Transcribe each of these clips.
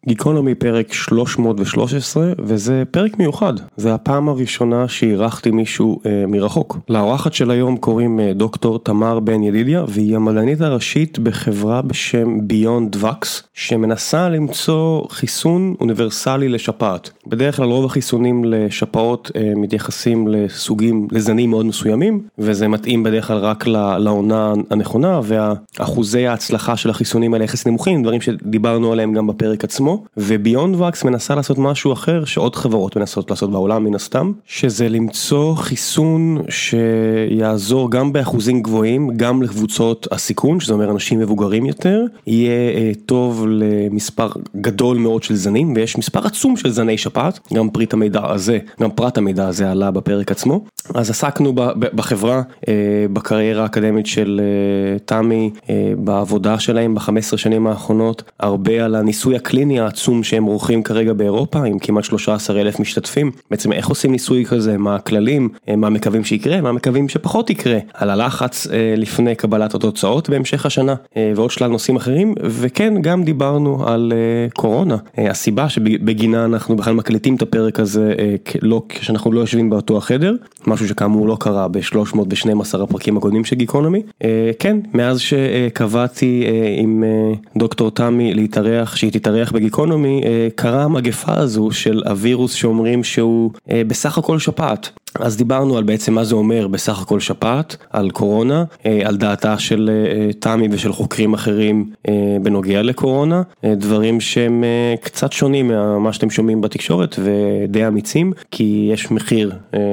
גיקונומי פרק 313, וזה פרק מיוחד. זה הפעם הראשונה שאירחתי מישהו מרחוק. לאורחת של היום קוראים דוקטור תמר בן ידידיה, והיא המדענית הראשית בחברה בשם Beyond Vax, שמנסה למצוא חיסון אוניברסלי לשפעת. בדרך כלל רוב החיסונים לשפעות מתייחסים לזנים מאוד מסוימים, וזה מתאים בדרך כלל רק לעונה הנכונה, והאחוזי ההצלחה של החיסונים האלה יחס נמוכים, דברים שדיברנו עליהם גם בפרק עצמו. וביונד וקס מנסה לעשות משהו אחר שעוד חברות מנסות לעשות בעולם מן הסתם, שזה למצוא חיסון שיעזור גם באחוזים גבוהים, גם לקבוצות הסיכון, שזה אומר אנשים מבוגרים יותר, יהיה טוב למספר גדול מאוד של זנים, ויש מספר עצום של זני שפעת, גם פרט המידע הזה עלה בפרק עצמו. אז עסקנו בחברה, בקריירה האקדמית של תמי, בעבודה שלהם ב-15 שנים האחרונות, הרבה על הניסוי הקליני העצום שהם עורכים כרגע באירופה, עם כמעט 13,000 משתתפים. בעצם איך עושים ניסוי כזה, מה הכללים, מה מקווים שיקרה, מה מקווים שפחות יקרה, על הלחץ לפני קבלת התוצאות בהמשך השנה, ועוד שלל נושאים אחרים, וכן, גם דיברנו על קורונה, הסיבה שבגינה אנחנו בכלל מקליטים את הפרק הזה, כשאנחנו לא יושבים באותו החדר, משהו שכאמור לא קרה ב-312 הפרקים הקודמים של גיקונומי. כן, מאז שקבעתי עם דוקטור תמי שהיא תתארח בגיקונומי, קרה המגפה הזו של הווירוס שאומרים שהוא בסך הכל שפעת. אז דיברנו על בעצם מה זה אומר בסך הכל שפעת, על קורונה, על דעתה של תמי ושל חוקרים אחרים בנוגע לקורונה, דברים שהם קצת שונים ממה שאתם שומעים בתקשורת ודי אמיצים, כי יש מחיר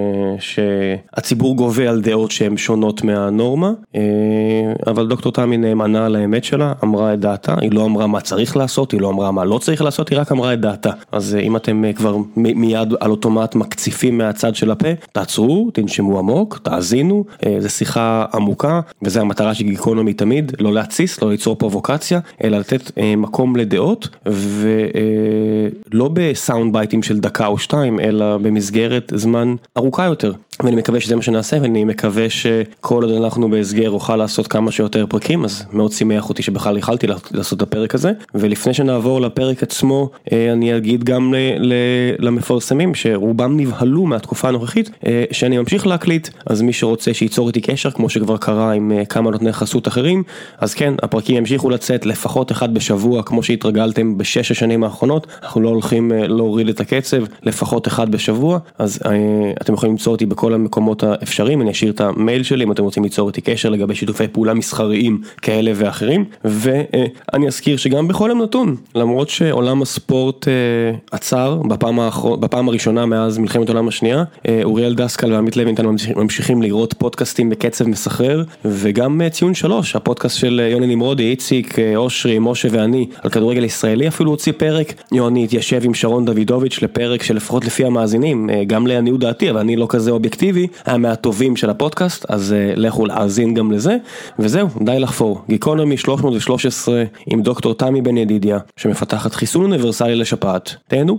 שהציבור גובה על דעות שהן שונות מהנורמה, אבל דוקטור תמי נאמנה על האמת שלה, אמרה את דעתה, היא לא אמרה מה צריך לעשות, היא לא אמרה מה לא צריך לעשות, היא רק אמרה את דעתה. אז אם אתם כבר מיד על אוטומט מקציפים מהצד של הפה, תעצרו, תנשמו עמוק, תאזינו, זו שיחה עמוקה, וזו המטרה של גיקונומי תמיד, לא להציס, לא ליצור פרובוקציה, אלא לתת מקום לדעות, ולא בסאונד בייטים של דקה או שתיים, אלא במסגרת זמן ארוכה יותר. ואני מקווה שזה מה שנעשה, ואני מקווה שכל עוד אנחנו בהסגר אוכל לעשות כמה שיותר פרקים, אז מאוד שימח אותי שבכלל יכלתי לעשות את הפרק הזה. ולפני שנעבור לפרק עצמו, אני אגיד גם למפרסמים שרובם נבהלו מהתקופה הנוכחית, שאני ממשיך להקליט, אז מי שרוצה שייצור איתי קשר, כמו שכבר קרה עם כמה נותני חסות אחרים, אז כן, הפרקים ימשיכו לצאת לפחות אחד בשבוע, כמו שהתרגלתם בשש השנים האחרונות, אנחנו לא הולכים להוריד את הקצב, לפחות אחד בשבוע, אז אתם יכולים למצוא אותי בכל המקומות האפשריים, אני אשאיר את המייל שלי, אם אתם רוצים ליצור איתי קשר לגבי שיתופי פעולה מסחריים כאלה ואחרים, ואני אזכיר שגם בכל יום נתון, למרות שעולם הספורט עצר בפעם הראשונה מאז מלחמת העולם השנייה, אוריאל דסקל ועמית לוינטל ממשיכים לראות פודקאסטים בקצב מסחרר, וגם ציון 3, הפודקאסט של יוני נמרודי, איציק, אושרי, משה ואני, על כדורגל ישראלי, אפילו הוציא פרק, יוני התיישב עם שרון דוידוביץ' לפרק שלפחות לפי המאזינים, גם לעניות דעתי, אבל אני לא כזה אובייקטיבי, היה מהטובים של הפודקאסט, אז לכו להאזין גם לזה, וזהו, די לחפור. גיקונומי 313 עם דוקטור תמי בן ידידיה, שמפתחת חיסון אוניברסלי לשפעת. תהנו.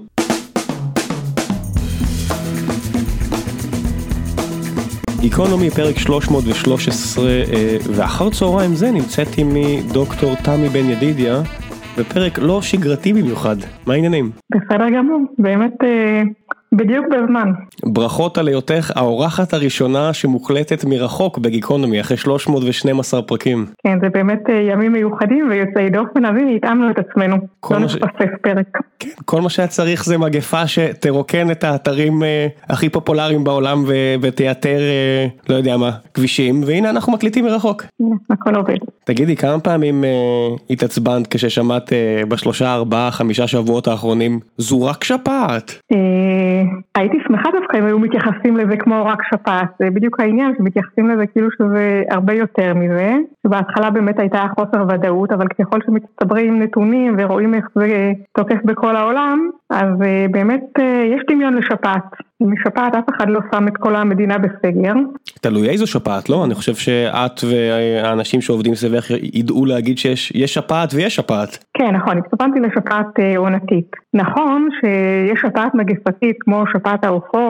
גיקונומי פרק 313, ואחר צהריים זה נמצאת עם דוקטור תמי בן ידידיה, בפרק לא שגרתי במיוחד. מה העניינים? בסדר גמור, באמת בדיוק בזמן. ברכות על היותך האורחת הראשונה שמוקלטת מרחוק בגיקונומי, אחרי 312 פרקים. כן, זה באמת ימים מיוחדים ויוצאי דופן, אז התאמנו את עצמנו. לא נפספס פרק. כן, כל מה שהיה צריך זה מגפה שתרוקן את האתרים הכי פופולריים בעולם ותייתר, לא יודע מה, כבישים, והנה אנחנו מקליטים מרחוק. הכל עובד. תגידי, כמה פעמים התעצבנת כששמעת בשלושה, ארבעה, 5 שבועות האחרונים, זו רק שפעת? הייתי שמחה דווקא אם היו מתייחסים לזה כמו רק שפעת, זה בדיוק העניין שמתייחסים לזה כאילו שזה הרבה יותר מזה, שבהתחלה באמת הייתה חוסר ודאות, אבל ככל שמצטברים נתונים ורואים איך זה תוקף בכל העולם, אז באמת יש דמיון לשפעת. משפעת אף אחד לא שם את כל המדינה בסגר. תלוי איזו שפעת, לא? אני חושב שאת והאנשים שעובדים סביבך ידעו להגיד שיש שפעת ויש שפעת. כן, נכון, התכוונתי לשפעת עונתית. נכון שיש שפעת מגפתית כמו שפעת העופות,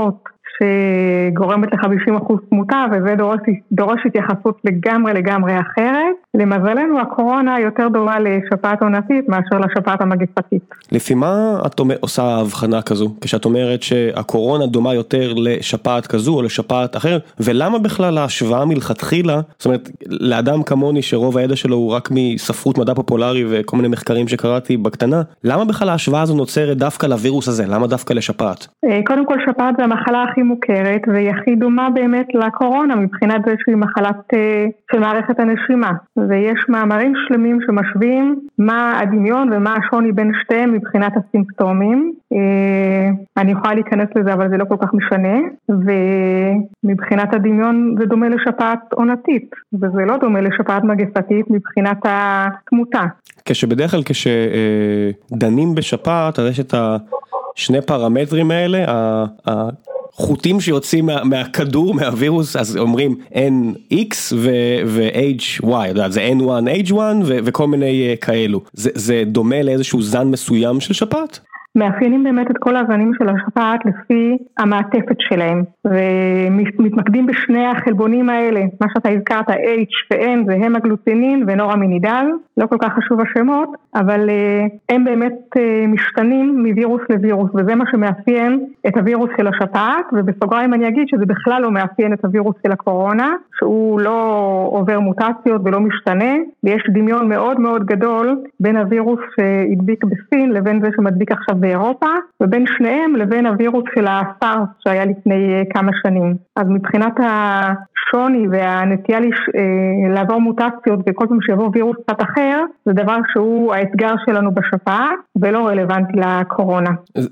שגורמת ל50% תמותה, וזה דורש התייחסות לגמרי אחרת. למזלנו הקורונה יותר דומה לשפעת עונתית מאשר לשפעת המגפתית. לפי מה את עושה הבחנה כזו? כשאת אומרת שהקורונה דומה יותר לשפעת כזו או לשפעת אחרת, ולמה בכלל ההשוואה מלכתחילה, זאת אומרת, לאדם כמוני שרוב הידע שלו הוא רק מספרות מדע פופולרי וכל מיני מחקרים שקראתי בקטנה, למה בכלל ההשוואה הזו נוצרת דווקא לווירוס הזה? למה דווקא לשפעת? קודם כל שפעת זה המחלה הכי מוכרת, והיא הכי דומה באמת לקורונה, מבחינת זה שהיא מחלת של מערכת הנשימה. ויש מאמרים שלמים שמשווים מה הדמיון ומה השוני בין שתיהם מבחינת הסימפטומים. אני יכולה להיכנס לזה, אבל זה לא כל כך משנה. ומבחינת הדמיון זה דומה לשפעת עונתית, וזה לא דומה לשפעת מגפתית מבחינת התמותה. כשבדרך כלל כשדנים בשפעת, אז יש את שני פרמטרים האלה, החוטים שיוצאים מהכדור, מהווירוס, אז אומרים NX ו-HY, זה N1, H1 וכל מיני כאלו. זה דומה לאיזשהו זן מסוים של שפעת? מאפיינים באמת את כל הזנים של השפעת לפי המעטפת שלהם, ומתמקדים בשני החלבונים האלה, מה שאתה הזכרת, H ו-N זה המגלוטינין ונורמינידל, לא כל כך חשוב השמות, אבל הם באמת משתנים מווירוס לווירוס, וזה מה שמאפיין את הווירוס של השפעת, ובסוגריים אני אגיד שזה בכלל לא מאפיין את הווירוס של הקורונה, שהוא לא עובר מוטציות ולא משתנה, ויש דמיון מאוד מאוד גדול בין הווירוס שהדביק בסין לבין זה שמדביק עכשיו באירופה, ובין שניהם לבין הווירוס של הסארס שהיה לפני כמה שנים. אז מבחינת השוני והנטייה לעבור מוטציות וכל פעם שיבוא וירוס קצת אחר, זה דבר שהוא האתגר שלנו בשפעת ולא רלוונטי לקורונה.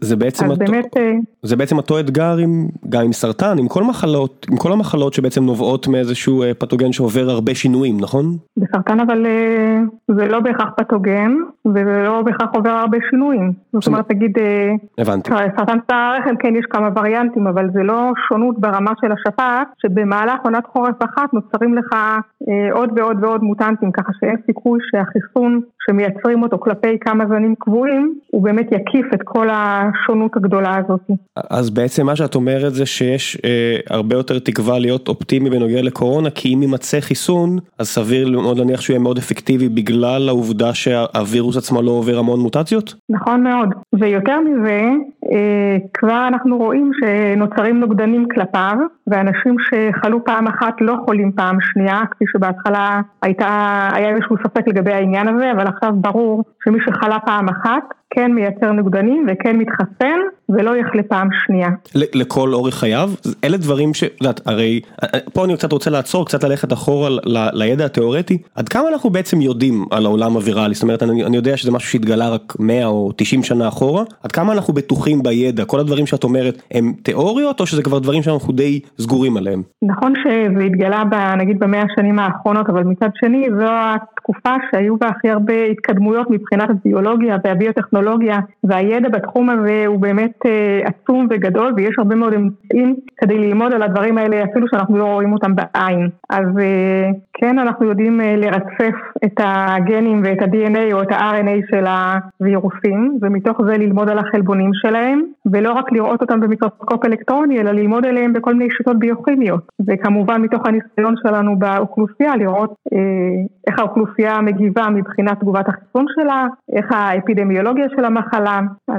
זה בעצם אותו אתגר גם עם סרטן, עם כל המחלות שבעצם נובעות מאיזשהו פתוגן שעובר הרבה שינויים, נכון? בסרטן אבל זה לא בהכרח פתוגן, וזה לא בהכרח עובר הרבה שינויים. זאת אומרת, תגיד, סרטן צוואר הרחם, כן, יש כמה וריאנטים, אבל זה לא שונות ברמה של השפעת, שבמהלך עונת חורף אחת נוצרים לך עוד ועוד ועוד מוטנטים, ככה שאין סיכוי שהחיסון שמייצרים אותו כלפי כמה זנים קבועים, הוא באמת יקיף את כל השונות הגדולה הזאת. אז בעצם מה שאת אומרת זה שיש הרבה יותר תקווה להיות אופטימי בנוגע לקורונה, כי אם יימצא חיסון, אז סביר מאוד להניח שהוא יהיה מאוד אפקטיבי בגלל העובדה שהווירוס עצמו לא עובר המון מוטציות? נכון מאוד, ויותר מזה, כבר אנחנו רואים שנוצרים נוגדנים כלפיו, ואנשים שחלו פעם אחת לא חולים פעם שנייה, כפי שבהתחלה היה איזשהו ספק לגבי העניין הזה, אבל עכשיו ברור שמי שחלה פעם אחת, כן מייצר נוגדנים וכן מתחסן, ולא יחלה פעם שנייה. לכל אורך חייו? אלה דברים הרי, פה אני קצת רוצה לעצור, קצת ללכת אחורה לידע התיאורטי, עד כמה אנחנו בעצם יודעים על העולם הוויראלי? זאת אומרת, אני יודע שזה משהו שהתגלה רק 100 או 90 שנה אחורה, עד כמה אנחנו בטוחים בידע? כל הדברים שאת אומרת, הם תיאוריות, או שזה כבר דברים שאנחנו די סגורים עליהם? נכון שזה התגלה נגיד ב100 השנים האחרונות, אבל מצד שני, זו התקופה שהיו בה הכי הרבה התקדמויות מבחינת הביולוגיה והביוטכנולוגיה, והידע בתחום הזה הוא באמת עצום וגדול, ויש הרבה מאוד אמצעים כדי ללמוד על הדברים האלה, אפילו שאנחנו לא רואים אותם בעין. אז כן, אנחנו יודעים לרצף את הגנים ואת ה-DNA או את ה-RNA של הווירוסים, ומתוך זה ללמוד על החלבונים שלהם, ולא רק לראות אותם במיקרוסקופ אלקטרוני, אלא ללמוד עליהם בכל מיני שיטות ביוכימיות. וכמובן מתוך הניסיון שלנו באוכלוסייה, לראות איך האוכלוסייה מגיבה מבחינת תגובת החיסון שלה, איך האפידמיולוגיה של המחלה.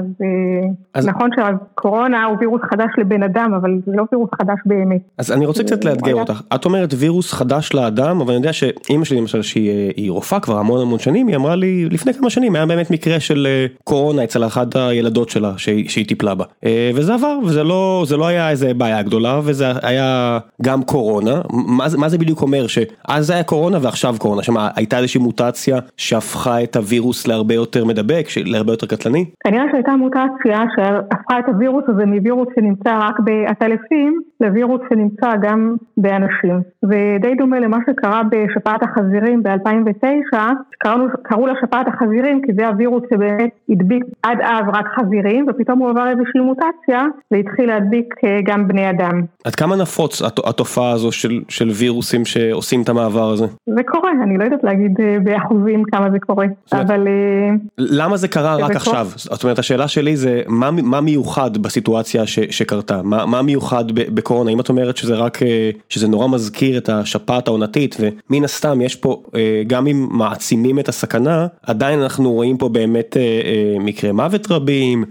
אז נכון שהקורונה הוא וירוס חדש לבן אדם, אבל זה לא וירוס חדש באמת. אז אני רוצה קצת לאתגר אותך. את אומרת וירוס חדש לאדם, אבל אני יודע שאמא שלי למשל שהיא רופאה כבר המון שנים, היא אמרה לי לפני כמה שנים, היה באמת מקרה של קורונה אצל אחת הילדות שלה שהיא טיפלה בה. וזה עבר, וזה לא היה איזה בעיה גדולה, וזה היה גם קורונה. מה זה בדיוק אומר? שאז זה היה קורונה ועכשיו קורונה, שמה הייתה איזושהי מוטציה שהפכה את הווירוס להרבה יותר מדבק, להרבה יותר קטלני? כנראה שהייתה מוטציה שהפכה את הווירוס הזה מווירוס שנמצא רק בעטלפים לווירוס שנמצא גם באנשים. ודי דומה למה שקרה בשפעת החזירים ב-2009, קראו לה שפעת החזירים, כי זה הווירוס שבאמת הדביק עד אז רק חזירים, ופתאום הוא עבר איזושהי מוטציה, והתחיל להדביק גם בני אדם. עד כמה נפוץ התופעה הזו של וירוסים שעושים את המעבר הזה? זה קורה, אני לא יודעת להגיד באחוזים כמה זה קורה, אבל למה זה קרה רק עכשיו? זאת אומרת, השאלה שלי זה, מה מיוחד בסיטואציה שקרתה? מה מיוחד בקורונה? אם את אומרת שזה רק, שזה נורא מזכיר את השפעת העונתית, ומן הסתם יש פה, גם אם מעצימים את הסכנה, עדיין אנחנו רואים פה באמת מקרי מוות רבים,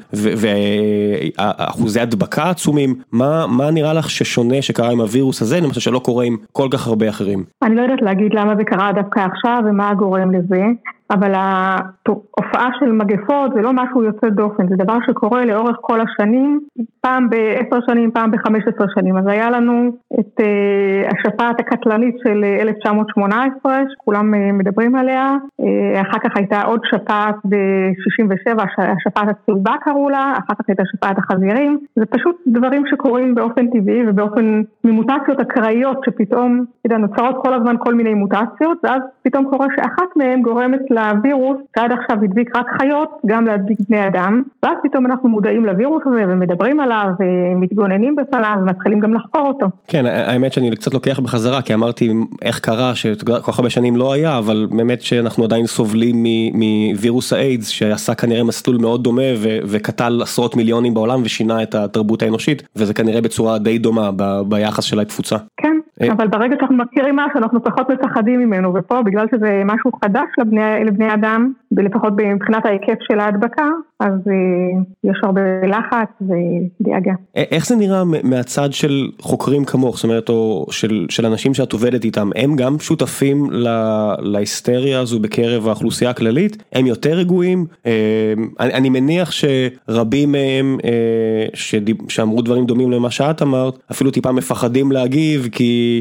ואחוזי הדבקה עצומים. מה נראה לך ששונה שקרה עם הווירוס הזה, למשל שלא קורה עם כל כך הרבה אחרים? אני לא יודעת להגיד למה זה קרה דווקא עכשיו ומה הגורם לזה, אבל ההופעה של מגפות זה לא משהו יוצא דופן, זה דבר שקורה לאורך כל השנים, פעם ב10 שנים, פעם ב15 שנים. אז היה לנו את השפעת הקטלנית של 1918, שכולם מדברים עליה, אחר כך הייתה עוד שפעת ב-67, השפעת הצהובה קראו לה, אחר כך הייתה שפעת החזירים, זה פשוט דברים שקורים באופן טבעי ובאופן ממוטציות אקראיות שפתאום נוצרות כל הזמן כל מיני מוטציות, ואז פתאום קורה שאחת מהן גורמת לווירוס שעד עכשיו הדביק רק חיות, גם להדביק בני אדם, ואז פתאום אנחנו מודעים לווירוס הזה ומדברים עליו ומתגוננים בפניו ומתחילים גם לחקור אותו. כן, האמת שאני קצת לוקח בחזרה, כי אמרתי איך קרה שכל כך הרבה שנים לא היה, אבל באמת שאנחנו עדיין סובלים מווירוס האיידס, שעשה כנראה מסלול מאוד דומה וקטל עשרות מיליונים בעולם ושינה את התרבות האנושית, וזה כנראה בצורה די דומה ביחס של התפוצה. כן. אבל ברגע שאנחנו מכירים משהו, אנחנו פחות מפחדים ממנו, ופה בגלל שזה משהו חדש לבני אדם, ולפחות מבחינת ההיקף של ההדבקה, אז יש הרבה לחץ ודאגה. איך זה נראה מהצד של חוקרים כמוך, זאת אומרת, או של אנשים שאת עובדת איתם, הם גם שותפים להיסטריה הזו בקרב האוכלוסייה הכללית? הם יותר רגועים? אני מניח שרבים מהם שאמרו דברים דומים למה שאת אמרת, אפילו טיפה מפחדים להגיב, כי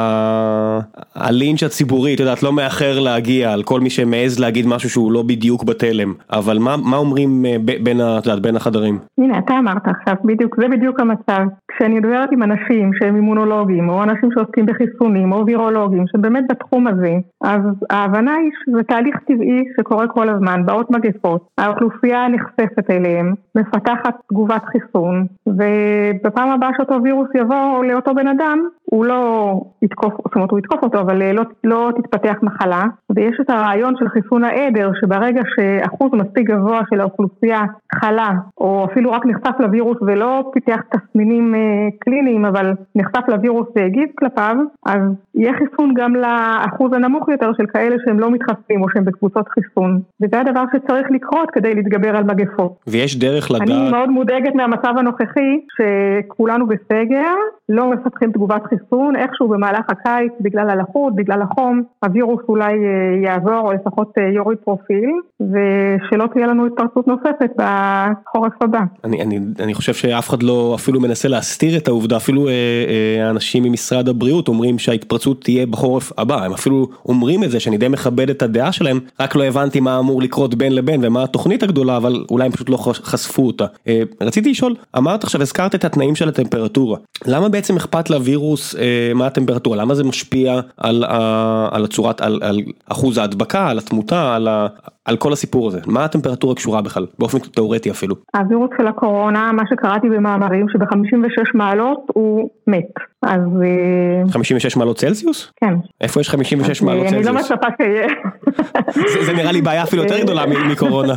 הלינץ' הציבורי, את יודעת, לא מאחר להגיע על כל מי שמעז להגיד משהו שהוא לא בדיוק בתלם, אבל מה אומרים בין החדרים? הנה, אתה אמרת עכשיו, זה בדיוק המצב. כשאני מדברת עם אנשים שהם אימונולוגים, או אנשים שעוסקים בחיסונים, או וירולוגים, שבאמת בתחום הזה, אז ההבנה היא שזה תהליך טבעי שקורה כל הזמן, באות מגפות, האוכלוסייה נחשפת אליהם, מפתחת תגובת חיסון, ובפעם הבאה שאותו וירוס יבוא לאותו בן אדם, הוא לא יתקוף, זאת אומרת הוא יתקוף אותו, אבל לא תתפתח מחלה, ויש את הרעיון של חיסון העדר, שברגע שאחוז מספיק גבוה של האוכלוסייה חלה, או אפילו רק נחשף לווירוס ולא פיתח תסמינים קליניים, אבל נחשף לווירוס והגיב כלפיו, אז יהיה חיסון גם לאחוז הנמוך יותר של כאלה שהם לא מתחסנים או שהם בקבוצות חיסון. וזה הדבר שצריך לקרות כדי להתגבר על מגפות. ויש דרך לדעת... אני מאוד מודאגת מהמצב הנוכחי, שכולנו בסגר, לא מפתחים תגובת חיסון, איכשהו במהלך הקיץ, בגלל הלחות, בגלל החום, הווירוס אולי יעזור או לפחות יוריד פרופיל, ושלא תהיה לנו התפרצות נוספת בחורף הבא. אני חושב שאף אחד לא אפילו מנסה להסתיר את העובדה, אפילו האנשים ממשרד הבריאות אומרים שההתפרצות תהיה בחורף הבא, הם אפילו אומרים את זה, שאני די מכבד את הדעה שלהם, רק לא הבנתי מה אמור לקרות בין לבין, ומה התוכנית הגדולה, אבל אולי הם פשוט לא חשפו אותה. רציתי לשאול, אמרת עכשיו, הזכרת את התנאים של הטמפרטורה, למה בעצם אכפת לווירוס מה הטמפרטורה, למה זה משפיע על הצורת, על אחוז ההדבקה, על התמותה, על כל הסיפור הזה? מה הטמפרטורה קשורה בכלל, באופן תיאורטי אפילו? הווירוס של הקורונה, מה שקראתי במאמרים, שב-56 מעלות הוא מת. אז... 56 מעלות צלסיוס? כן. איפה יש 56 מעלות צלסיוס? אני לא מצפה שיהיה. זה נראה לי בעיה אפילו יותר גדולה מקורונה.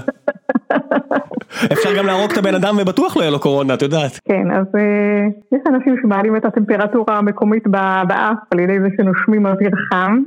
אפשר גם להרוג את הבן אדם ובטוח לא יהיה לו קורונה, את יודעת. כן, אז יש אנשים שמעלים את הטמפרטורה המקומית באף על ידי זה שנושמים אוויר חם.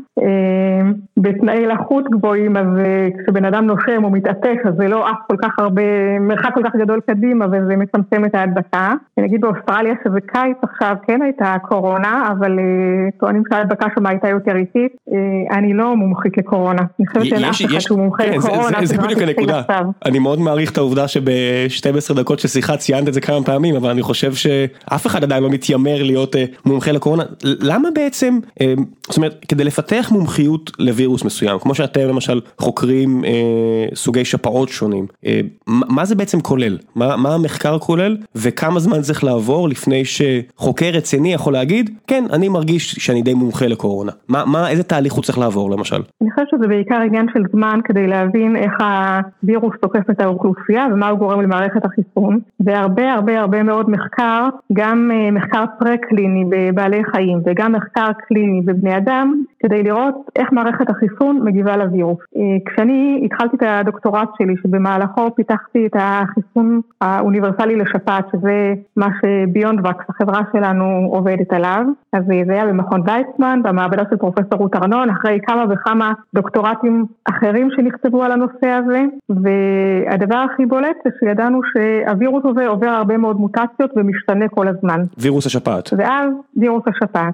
בתנאי לחות גבוהים, אז כשבן אדם נושם או מתעטש, אז זה לא אף כל כך הרבה, מרחק כל כך גדול קדימה, וזה מצמצם את ההדבקה. נגיד באוסטרליה שזה קיץ עכשיו, כן הייתה קורונה, אבל טוענים שההדבקה שם הייתה יותר איטית. אני לא מומחית לקורונה. אני חושבת שאין אף אחד שהוא מומחה לקורונה. זה בדיוק הנקודה. אני מאוד מעריך את העובדה שב-12 דקות ששיחה ציינת את זה כמה פעמים, אבל אני חושב שאף אחד עדיין לא מתיימר להיות מומחה לקורונה. למה בעצם, זאת אומרת, כדי לפתח מומחיות לווירוס מסוים, כמו שאתם למשל חוקרים סוגי שפעות שונים, מה זה בעצם כולל? מה המחקר כולל? וכמה זמן צריך לעבור לפני שחוקר רציני יכול להגיד, כן, אני מרגיש שאני די מומחה לקורונה. איזה תהליך הוא צריך לעבור למשל? אני חושבת שזה בעיקר עניין של זמן כדי להבין איך הווירוס תוקף את את האוכלוסייה ומה הוא גורם למערכת החיסון, והרבה הרבה הרבה מאוד מחקר, גם מחקר פרה-קליני בבעלי חיים וגם מחקר קליני בבני אדם, כדי לראות איך מערכת החיסון מגיבה לווירוס. כשאני התחלתי את הדוקטורט שלי, שבמהלכו פיתחתי את החיסון האוניברסלי לשפעת, שזה מה שביונדווקס, החברה שלנו, עובדת עליו, אז זה היה במכון ויצמן, במעבדה של פרופסור רות ארנון, אחרי כמה וכמה דוקטורטים אחרים שנכתבו על הנושא הזה, והדבר הכי בולט זה שידענו שהווירוס הזה עובר הרבה מאוד מוטציות ומשתנה כל הזמן. וירוס השפעת. ואז וירוס השפעת.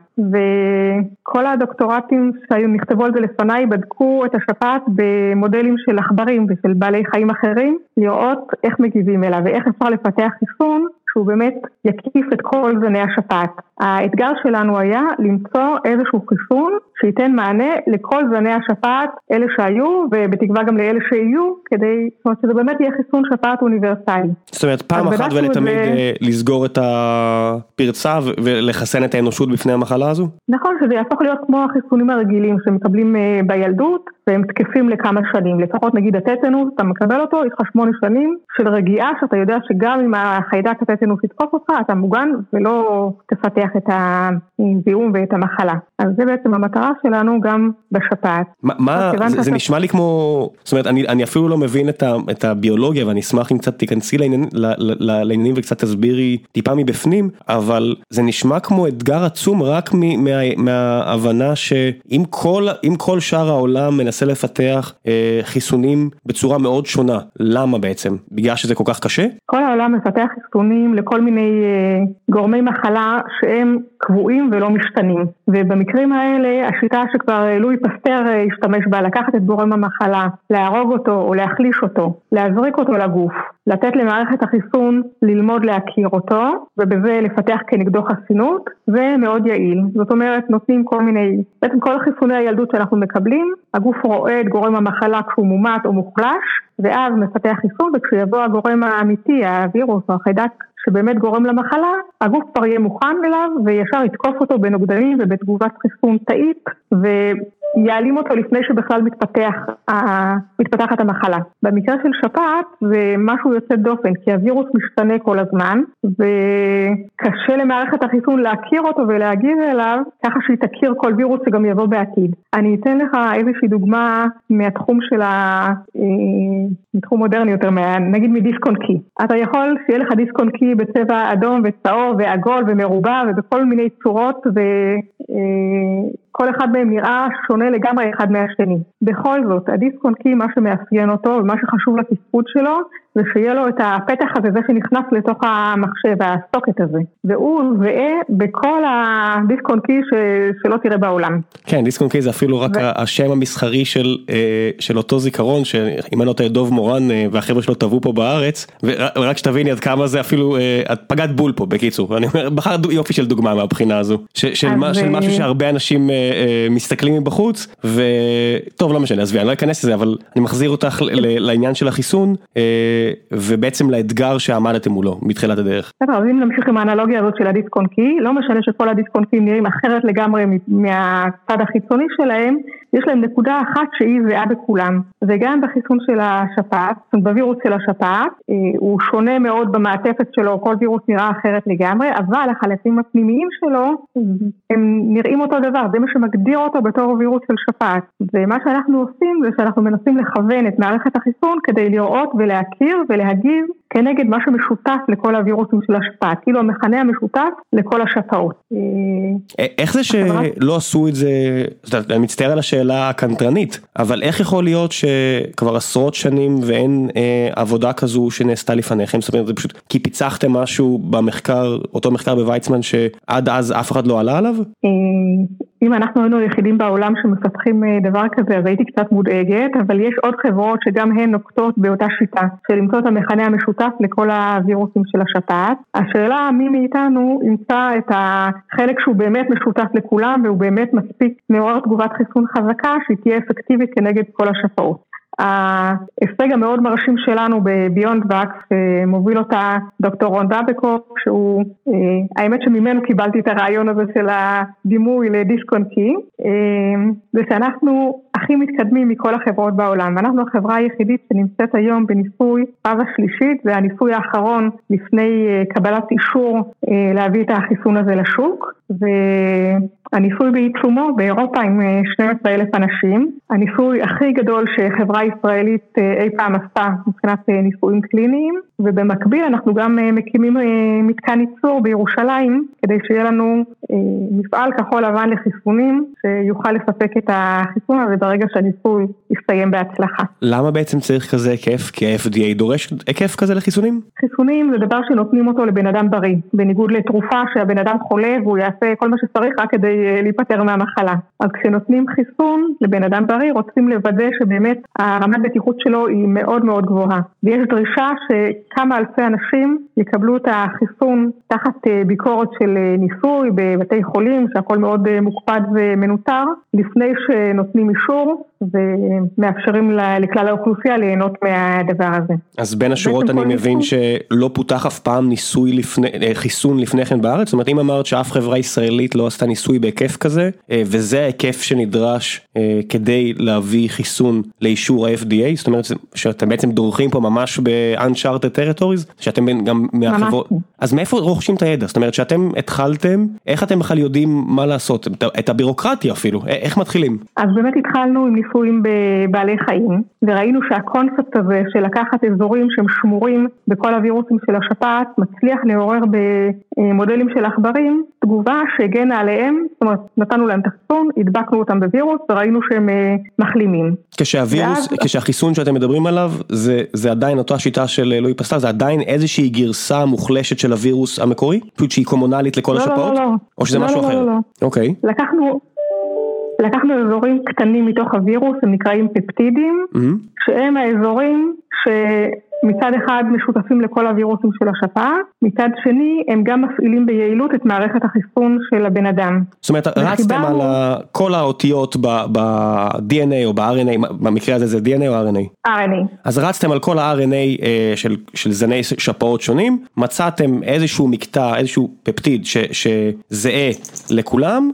וכל הדוקטורטים שהיו נכתבו על זה לפניי בדקו את השפעת במודלים של עכברים ושל בעלי חיים אחרים, לראות איך מגיבים אליו ואיך אפשר לפתח חיסון שהוא באמת יקיף את כל זני השפעת. האתגר שלנו היה למצוא איזשהו חיסון שייתן מענה לכל זני השפעת, אלה שהיו ובתקווה גם לאלה שיהיו, כדי זאת אומרת שזה באמת יהיה חיסון שפעת אוניברסלי. זאת אומרת פעם אחת ולתמיד לסגור את הפרצה ולחסן את האנושות בפני המחלה הזו? נכון, שזה יהפוך להיות כמו החיסונים הרגילים שמקבלים בילדות והם תקפים לכמה שנים, לפחות נגיד הטטנוס, אתה מקבל אותו, יש לך 8 שנים של רגיעה שאתה יודע שגם אם החיידק הטטנוס יתקוף אותך, אתה מוגן ולא תפתח את הזיהום ואת המחלה. אז זה בעצם המטרה שלנו גם בשפעת. זה נשמע לי כמו, זאת אומרת, אני אפילו לא מבין את הביולוגיה, ואני אשמח אם קצת תיכנסי לעניינים וקצת תסבירי טיפה מבפנים, אבל זה נשמע כמו אתגר עצום רק מההבנה שאם כל שאר העולם מנסה לפתח חיסונים בצורה מאוד שונה, למה בעצם? בגלל שזה כל כך קשה? כל העולם מפתח חיסונים לכל מיני גורמי מחלה שהם קבועים ולא משתנים. ובמקרים האלה, השיטה שכבר לואי פסטר השתמש בה, לקחת את גורם המחלה, להרוג אותו או להחליש אותו, להזריק אותו לגוף, לתת למערכת החיסון ללמוד להכיר אותו, ובזה לפתח כנגדו חסינות, זה מאוד יעיל. זאת אומרת, נותנים כל מיני, בעצם כל החיסוני הילדות שאנחנו מקבלים, הגוף רואה את גורם המחלה כשהוא מומת או מוחלש, ואז מפתח חיסון, וכשיבוא הגורם האמיתי, הווירוס או החיידק, שבאמת גורם למחלה, הגוף כבר יהיה מוכן אליו, וישר יתקוף אותו בנוגדנים ובתגובת חיסון תאית, ויעלים אותו לפני שבכלל מתפתחת המחלה. במקרה של שפעת זה משהו יוצא דופן, כי הווירוס משתנה כל הזמן, וקשה למערכת החיסון להכיר אותו ולהגיב אליו, ככה שהיא תכיר כל וירוס שגם יבוא בעתיד. אני אתן לך איזושהי דוגמה מהתחום של מתחום מודרני יותר, נגיד מדיסק און קי. אתה יכול שיהיה לך דיסק און קי בצבע אדום וצהוב ועגול ומרובע ובכל מיני צורות, וכל אחד מהם נראה שונה לגמרי אחד מהשני. בכל זאת, הדיסק און קי, מה שמאפיין אותו ומה שחשוב לתפקוד שלו, זה שיהיה לו את הפתח הזה, זה שנכנס לתוך המחשב, הסוקט הזה. והוא זהה בכל הדיסק און קי שלא תראה בעולם. כן, דיסק און קי זה אפילו רק השם המסחרי של אותו זיכרון, שאם אני לא טועה דוב מורן והחבר'ה שלו טבעו פה בארץ, ורק שתביני עד כמה זה אפילו, את פגעת בול פה, בקיצור. אני אומר, בחר יופי של דוגמה מהבחינה הזו, של משהו שהרבה אנשים מסתכלים מבחוץ, וטוב, לא משנה, אז אני לא אכנס לזה, אבל אני מחזיר אותך לעניין של החיסון, ובעצם לאתגר שעמדתם מולו מתחילת הדרך. אז אם נמשיך עם האנלוגיה הזאת של הדיסק און קי, לא משנה שכל הדיסק און קי נראים אחרת לגמרי מהצד החיצוני שלהם, יש להם נקודה אחת שהיא זהה בכולם, וגם בחיסון של השפעת, בווירוס של השפעת, הוא שונה מאוד במעטפת שלו, כל וירוס נראה אחרת לגמרי, אבל החלקים הפנימיים שלו, הם נראים אותו דבר, זה מה שמגדיר אותו בתור וירוס של שפעת, ומה שאנחנו עושים זה שאנחנו מנסים לכוון את מערכת החיסון כדי לראות ולהכיר ולהגיב כנגד מה שמשותף לכל הווירוסים של השפעת, כאילו המכנה המשותף לכל השפעות. איך זה שלא עשו את זה, אני מצטער על השאלה הקנטרנית, אבל איך יכול להיות שכבר עשרות שנים ואין עבודה כזו שנעשתה לפניכם, זאת אומרת זה פשוט כי פיצחתם משהו במחקר, אותו מחקר בוויצמן שעד אז אף אחד לא עלה עליו? אם אנחנו היינו היחידים בעולם שמפתחים דבר כזה, אז הייתי קצת מודאגת, אבל יש עוד חברות שגם הן נוקטות באותה שיטה, של למצוא את המכנה המשותף לכל הווירוסים של השפעת. השאלה מי מאיתנו ימצא את החלק שהוא באמת משותף לכולם, והוא באמת מספיק מעורר תגובת חיסון חזקה, שהיא תהיה אפקטיבית כנגד כל השפעות. ההישג המאוד מרשים שלנו בביונד וקס, מוביל אותה דוקטור רון דאבקו, שהוא, האמת שממנו קיבלתי את הרעיון הזה של הדימוי לדיסק און קי, זה שאנחנו הכי מתקדמים מכל החברות בעולם, ואנחנו החברה היחידית שנמצאת היום בניסוי פאזה שלישית, זה הניסוי האחרון לפני קבלת אישור להביא את החיסון הזה לשוק, והניסוי בעיצומו באירופה עם 12,000 אנשים, הניסוי הכי גדול שחברה ישראלית אי פעם עשתה מבחינת ניסויים קליניים, ובמקביל אנחנו גם מקימים מתקן ייצור בירושלים, כדי שיהיה לנו מפעל כחול לבן לחיסונים, שיוכל לספק את החיסון הזה ברגע שהניסוי יסתיים בהצלחה. למה בעצם צריך כזה היקף? כי ה-FDA דורש היקף כזה לחיסונים? חיסונים זה דבר שנותנים אותו לבן אדם בריא, בניגוד לתרופה שהבן אדם חולה והוא יעשה כל מה שצריך רק כדי להיפטר מהמחלה. אז כשנותנים חיסון לבן אדם בריא, רוצים לוודא שבאמת הרמת בטיחות שלו היא מאוד מאוד גבוהה. ויש דרישה שכמה אלפי אנשים יקבלו את החיסון תחת ביקורת של ניסוי בבתי חולים, שהכל מאוד מוקפד ומנותר, לפני שנותנים אישור ומאפשרים לכלל האוכלוסייה ליהנות מהדבר הזה. אז בין השורות אני מבין שלא פותח אף פעם חיסון לפני כן בארץ? זאת אומרת, אם אמרת שאף חברה ישראלית לא עשתה ניסוי בהיקף כזה, וזה ההיקף שנדרש כדי להביא חיסון לאישור ה-FDA, זאת אומרת שאתם בעצם דורכים פה ממש ב-uncharted territories, שאתם גם מהחברות... אז מאיפה רוכשים את הידע? זאת אומרת שאתם התחלתם, איך אתם בכלל יודעים מה לעשות? את הבירוקרטיה אפילו, איך מתחילים? אז באמת התחלנו עם ניסויים בבעלי חיים, וראינו שהקונספט הזה של לקחת אזורים שהם שמורים בכל הווירוסים של השפעת, מצליח לעורר במודלים של עכברים, תגובה שהגנה עליהם, זאת אומרת, נתנו להם את החיסון, הדבקנו אותם בווירוס, וראינו שהם מחלימים. כשהחיסון שאתם מדברים עליו, זה עדיין אותה שיטה של לואי פסטר, זה עדיין איזושהי גרסה מוחלשת של הווירוס המקורי? פשוט שהיא קומונלית לכל השפעות? לא. או שזה משהו אחר? לא. אוקיי. לקחנו אזורים קטנים מתוך הווירוס, הם נקראים פפטידים, שהם האזורים שמצד אחד משותפים לכל הווירוסים של השפעת, מצד שני הם גם מפעילים ביעילות את מערכת החיסון של הבן אדם. זאת אומרת, רצתם על כל האותיות ב-DNA או ב-RNA, במקרה הזה זה DNA או RNA? RNA. אז רצתם על כל ה-RNA של זני שפעות שונים, מצאתם איזשהו מקטע, איזשהו פפטיד שזהה לכולם,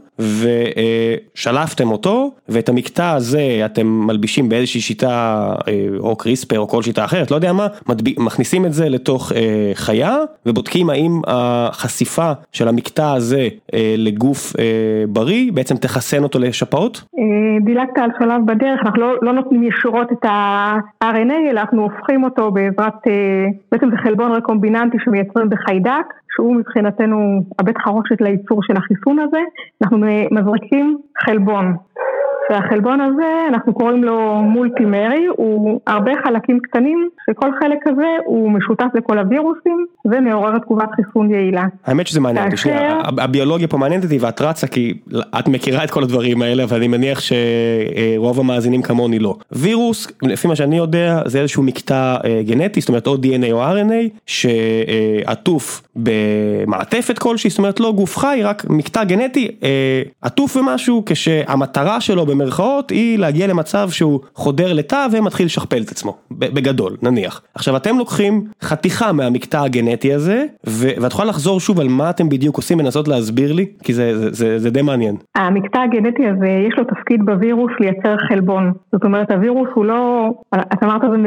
ושלפתם אותו, ואת המקטע הזה אתם מלבישים באיזושהי שיטה, או קריספר או כל שיטה אחרת, לא יודע מה, מכניסים את זה לתוך חיה, ובודקים האם החשיפה של המקטע הזה לגוף בריא, בעצם תחסן אותו לשפעות? דילגת על שלב בדרך, אנחנו לא נותנים ישירות את ה-RNA, אלא אנחנו הופכים אותו בעזרת, בעצם זה חלבון רקומביננטי שמייצרים בחיידק, שהוא מבחינתנו הבית חרושת לייצור של החיסון הזה, אנחנו מזריקים חלבון. והחלבון הזה, אנחנו קוראים לו מולטימרי, הוא הרבה חלקים קטנים, שכל חלק הזה הוא משותף לכל הווירוסים, ומעורר תגובת חיסון יעילה. האמת שזה מעניין, הביולוגיה פה מעניינת אותי, ואת רצה, כי את מכירה את כל הדברים האלה, ואני מניח שרוב המאזינים כמוני לא. וירוס, לפי מה שאני יודע, זה איזשהו מקטע גנטי, זאת אומרת, או DNA או RNA, שעטוף במעטפת כלשהי, זאת אומרת, לא גוף חי, רק מקטע גנטי, עטוף במשהו, כשהמטרה שלו במרכאות היא להגיע למצב שהוא חודר לתא ומתחיל לשכפל את עצמו, בגדול, נניח. עכשיו, אתם לוקחים חתיכה מהמקטע הגנטי הזה, ואת יכולה לחזור שוב על מה אתם בדיוק עושים, לנסות להסביר לי, כי זה די מעניין. המקטע הגנטי הזה, יש לו תפקיד בווירוס לייצר חלבון. זאת אומרת, הווירוס הוא לא, את אמרת זה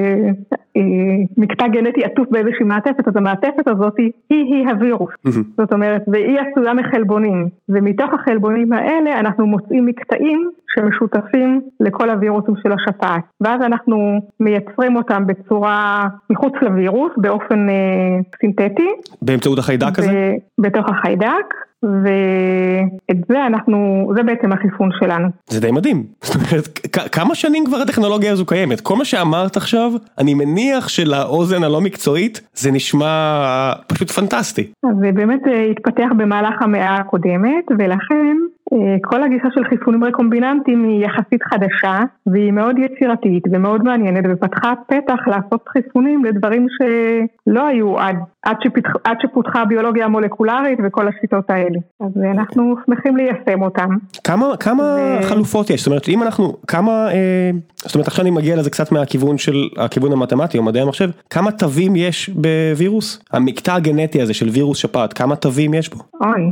מקטע גנטי עטוף באיזושהי מעטפת, אז המעטפת הזאת היא הווירוס. זאת אומרת, והיא עשויה מחלבונים. ומתוך החלבונים האלה אנחנו מוצאים מקטעים שמשותפים לכל הווירוסים של השפעת. ואז אנחנו מייצרים אותם בצורה מחוץ לווירוס, באופן סינתטי. באמצעות החיידק הזה? בתוך החיידק. ואת זה בעצם החיסון שלנו. זה די מדהים. זאת אומרת, כמה שנים כבר הטכנולוגיה הזו קיימת? כל מה שאמרת עכשיו, אני מניח שלאוזן הלא מקצועית, זה נשמע פשוט פנטסטי. אז זה באמת התפתח במהלך המאה הקודמת, ולכן כל הגישה של חיסונים רקומביננטיים היא יחסית חדשה, והיא מאוד יצירתית ומאוד מעניינת, ופתחה פתח לעשות חיסונים לדברים שלא היו עד שפותחה הביולוגיה המולקולרית וכל השיטות האלה. אז אנחנו שמחים ליישם אותם. כמה חלופות יש? זאת אומרת, אם אנחנו, כמה זאת אומרת, עכשיו אני מגיע לזה קצת הכיוון המתמטי או מדעי המחשב, כמה תווים יש בווירוס? המקטע הגנטי הזה של וירוס שפעת, כמה תווים יש בו? אוי.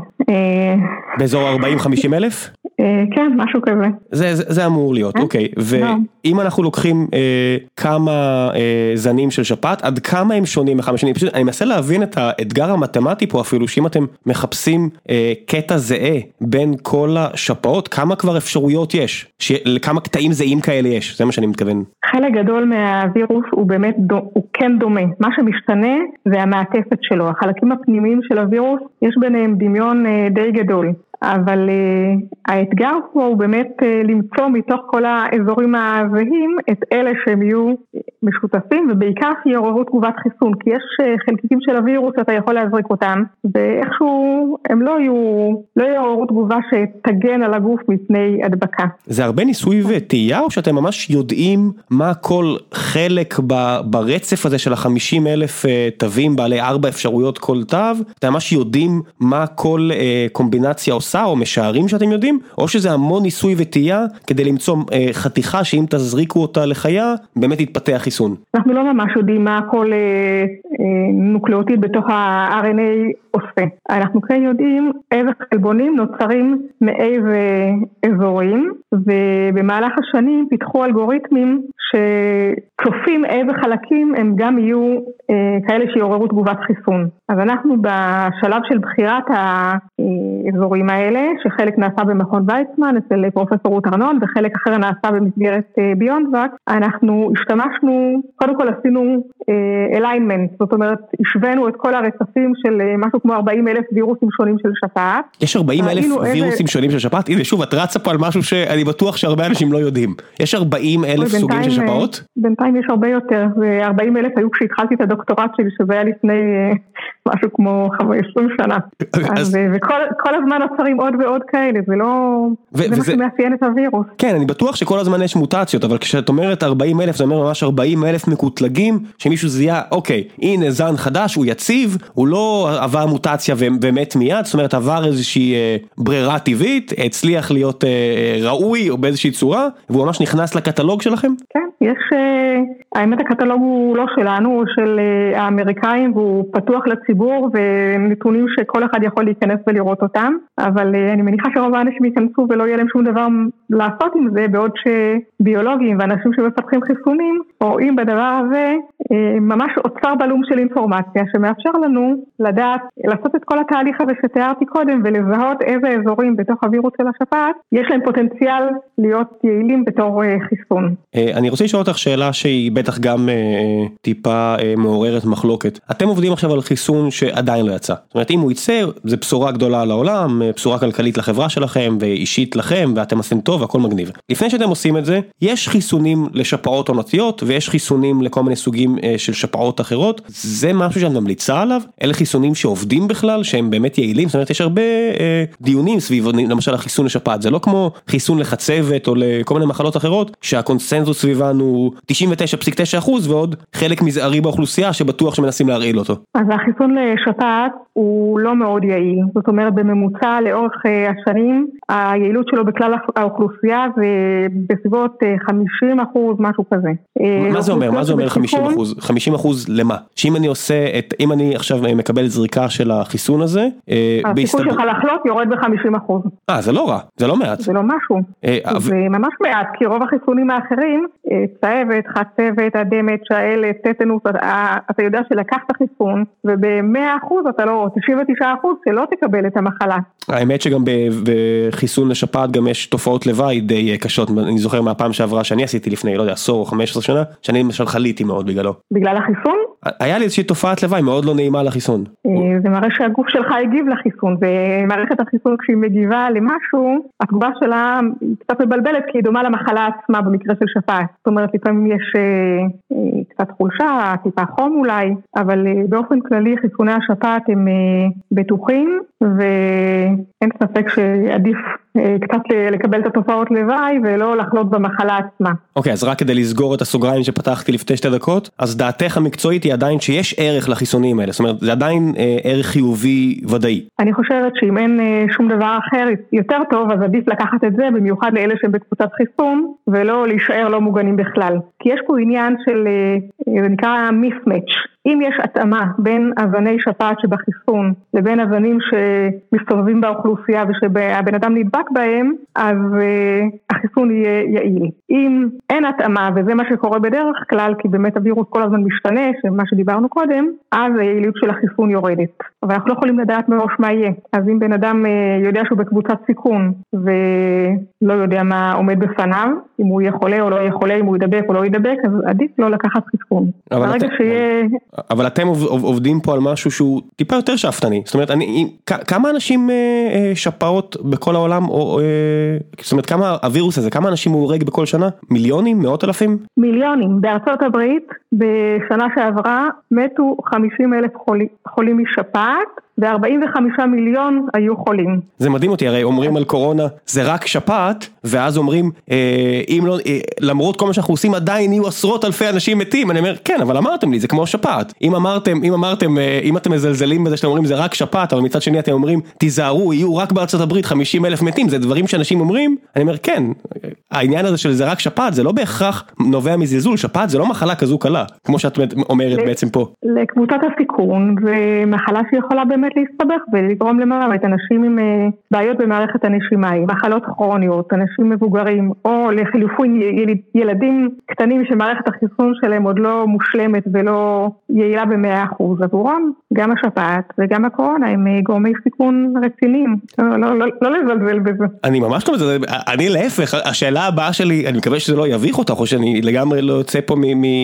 באזור 40-50 אלף? כן, משהו כזה. זה אמור להיות, אוקיי. ואם אנחנו לוקחים כמה זנים של שפעת, עד כמה הם שונים אחד מהשני? פשוט אני מנסה להבין את האתגר המתמטי פה אפילו, שאם אתם מחפשים קטע זהה בין כל השפעות, כמה כבר אפשרויות יש? לכמה קטעים זהים כאלה יש? זה מה שאני מתכוון. חלק גדול מהווירוס הוא באמת, הוא כן דומה. מה שמשתנה זה המעטפת שלו. החלקים הפנימיים של הווירוס, יש ביניהם דמיון די גדול. אבל האתגר פה הוא באמת למצוא מתוך כל האזורים הזהים את אלה שהם יהיו משותפים, ובעיקר שיעוררו תגובת חיסון, כי יש חלקיקים של הווירוס שאתה יכול להזריק אותם, ואיכשהו הם לא יעוררו תגובה שתגן על הגוף מפני הדבקה. זה הרבה ניסוי וטעייה, או שאתם ממש יודעים מה כל חלק ברצף הזה של 50,000 תווים בעלי 4 אפשרויות כל תו, אתם ממש יודעים מה כל קומבינציה עושה, או משערים שאתם יודעים, או שזה המון ניסוי וטעייה כדי למצוא חתיכה שאם תזריקו אותה לחיה, באמת יתפתח חיסון. אנחנו לא ממש יודעים מה כל נוקלאוטיד בתוך ה-RNA עושה. אנחנו כן יודעים איזה חלבונים נוצרים מאיזה אזורים, ובמהלך השנים פיתחו אלגוריתמים שצופים איזה חלקים הם גם יהיו כאלה שיעוררו תגובת חיסון. אז אנחנו בשלב של בחירת האזורים האלה, שחלק נעשה במכון ויצמן אצל פרופסור רות ארנון, וחלק אחר נעשה במסגרת ביונדווק, אנחנו השתמשנו, קודם כל עשינו alignment, זאת אומרת, השווינו את כל הרצפים של משהו כמו 40,000 וירוסים שונים של שפעת. יש 40,000 וירוסים שונים של שפעת? הנה שוב, את רצה פה על משהו שאני בטוח שהרבה אנשים לא יודעים. יש 40,000 סוגים של שפעות? בינתיים יש הרבה יותר, ו40,000 היו כשהתחלתי את הדוקטורט שלי, שזה היה לפני משהו כמו 20 שנה. וכל הזמן נוצרים עוד ועוד כאלה, זה לא... זה מה שמאפיין את הווירוס. כן, אני בטוח שכל הזמן יש מוטציות, אבל כשאת אומרת 40,000, זה אומר ממש 40,000 מקוטלגים, שמישהו זיהה, אוקיי, הנה זן חדש, הוא יציב, הוא לא עבר מוטציה ומת מיד, זאת אומרת עבר איזושהי ברירה טבעית, הצליח להיות ראוי או באיזושהי צורה, והוא ממש נכנס לקטלוג שלכם? כן, יש... האמת הקטלוג הוא לא שלנו, הוא של האמריקאים, והוא פתוח לציבור, ונתונים שכל אחד יכול להיכנס ולראות אותם, אבל אני מניחה שרוב האנשים ייכנסו ולא יהיה להם שום דבר לעשות עם זה, בעוד שביולוגים ואנשים שמפתחים חיסונים, רואים בדבר הזה ממש אוצר בלום של אינפורמציה, שמאפשר לנו לדעת, לעשות את כל התהליך הזה שתיארתי קודם, ולזהות איזה אזורים בתוך הווירוס של השפעת, יש להם פוטנציאל להיות יעילים בתור חיסון. אני רוצה לשאול אותך שאלה שהיא בטח גם טיפה מעוררת מחלוקת. אתם עובדים עכשיו על חיסון שעדיין לא יצא. זאת אומרת, אם הוא יצא, זה בשורה גדולה לעולם, בשורה כלכלית לחברה שלכם, ואישית לכם, ואתם עושים טוב, והכל מגניב. לפני שאתם עושים את זה, יש חיסונים לשפעות עונתיות, ויש חיסונים לכל מיני סוגים של שפעות אחרות. זה משהו שאת ממליצה עליו? אלה חיסונים שעובדים בכלל, שהם באמת יעילים? זאת אומרת, יש הרבה דיונים סביב, למשל, החיסון לשפעת. זה לא כמו חיסון לחצבת או לכל מיני מחלות אחרות, שהקונסנזוס סביבן הוא 99.9%, ועוד חלק מזערי באוכלוסייה שבטוח שמנסים להרעיל אותו. אז החיסון לשפעת הוא לא מאוד יעיל. זאת אומרת, בממוצע לאורך השנים, היעילות שלו בכלל האוכלוסייה זה בסביבות 50%, משהו כזה. מה זה אומר? מה זה אומר 50%? 50% למה? שאם אני עושה אם אני עכשיו מקבל זריקה של החיסון הזה, הסיכוי שלך לחלות יורד ב50%. זה לא רע, זה לא מעט. זה לא משהו. זה ממש מעט, כי רוב החיסונים האחרים, צהבת, חצבת, אדמת, שעלת, טטנוס, אתה יודע שלקחת חיסון, וב100% אתה לא, 99% שלא תקבל את המחלה. האמת שגם בחיסון לשפעת גם יש תופעות לוואי די קשות. אני זוכר מהפעם שעברה שאני עשיתי לפני, לא יודע, 10 או 15 שנה, שאני למשל חליתי מאוד בגללו. בגלל החיסון? היה לי איזושהי תופעת לוואי מאוד לא נעימה לחיסון. זה מראה שהגוף שלך הגיב לחיסון, ומערכת החיסון כשהיא מגיבה למשהו, התגובה שלה קצת מבלבלת, כי היא דומה למחלה עצמה במקרה של שפעת. זאת אומרת, לפעמים יש קצת חולשה, טיפה חום אולי, אבל באופן כללי חיסוני השפעת הם בטוחים, ואין ספק שעדיף קצת לקבל את התופעות לוואי ולא לחלות במחלה עצמה. אוקיי, אז רק כדי לסגור את הסוגריים שפתחתי לפני 2 דקות, אז דעתך המקצועית היא עדיין שיש ערך לחיסונים האלה, זאת אומרת, זה עדיין ערך חיובי ודאי. אני חושבת שאם אין שום דבר אחר יותר טוב, אז עדיף לקחת את זה, במיוחד לאלה שהם בקבוצת חיסון, ולא להישאר לא מוגנים בכלל. כי יש פה עניין של, זה נקרא mismatch. אם יש התאמה בין אבני שפעת שבחיסון לבין אבנים שמסתובבים באוכלוסייה ושהבן אדם נדבק בהם, אז החיסון יהיה יעיל. אם אין התאמה, וזה מה שקורה בדרך כלל, כי באמת הווירוס כל הזמן משתנה, שמה שדיברנו קודם, אז היעילות של החיסון יורדת. אבל אנחנו לא יכולים לדעת מראש מה יהיה. אז אם בן אדם יודע שהוא בקבוצת סיכון ולא יודע מה עומד בפניו, אם הוא יהיה חולה או לא יהיה חולה, אם הוא ידבק או לא ידבק, אז עדיף לא לקחת חיסון. אבל אתם עובדים פה על משהו שהוא טיפה יותר שאפתני. זאת אומרת, כמה אנשים שפעות בכל העולם, זאת אומרת, כמה הווירוס הזה, כמה אנשים הוא הורג בכל שנה? מיליונים? 100,000? מיליונים. בארצות הברית, בשנה שעברה, מתו 50,000 חולים משפעת, ו45 מיליון היו חולים. זה מדהים אותי, הרי אומרים על קורונה, זה רק שפעת, ואז אומרים, למרות כל מה שאנחנו עושים, עדיין יהיו עשרות אלפי אנשים מתים. אני אומר, כן, אבל אמרתם לי, זה כמו שפעת. אם אתם מזלזלים בזה שאתם אומרים, זה רק שפעת, אבל מצד שני אתם אומרים, תיזהרו, יהיו רק בארצות הברית 50,000 מתים, זה דברים שאנשים אומרים. אני אומר, כן, העניין הזה של זה רק שפעת, זה לא בהכרח נובע מזלזול, שפעת זה לא מחלה כזו קלה, כמו שאת אומרת בעצם פה. לקבוצת הסיכון, ומחלה שיכולה באמת להסתבך ולגרום למוות, אנשים עם בעיות במערכת הנשימה, מחלות כרוניות, אנשים מבוגרים, או לחילופין ילדים קטנים שמערכת החיסון שלהם עוד לא מושלמת ולא יעילה ב100%. עבורם, גם השפעת וגם הקורונה הם גורמי סיכון רציניים. לא לזלזל בזה. אני ממש לא מזלזל, אני להפך, השאלה הבאה שלי, אני מקווה שזה לא יביך אותך, או שאני לגמרי לא יוצא פה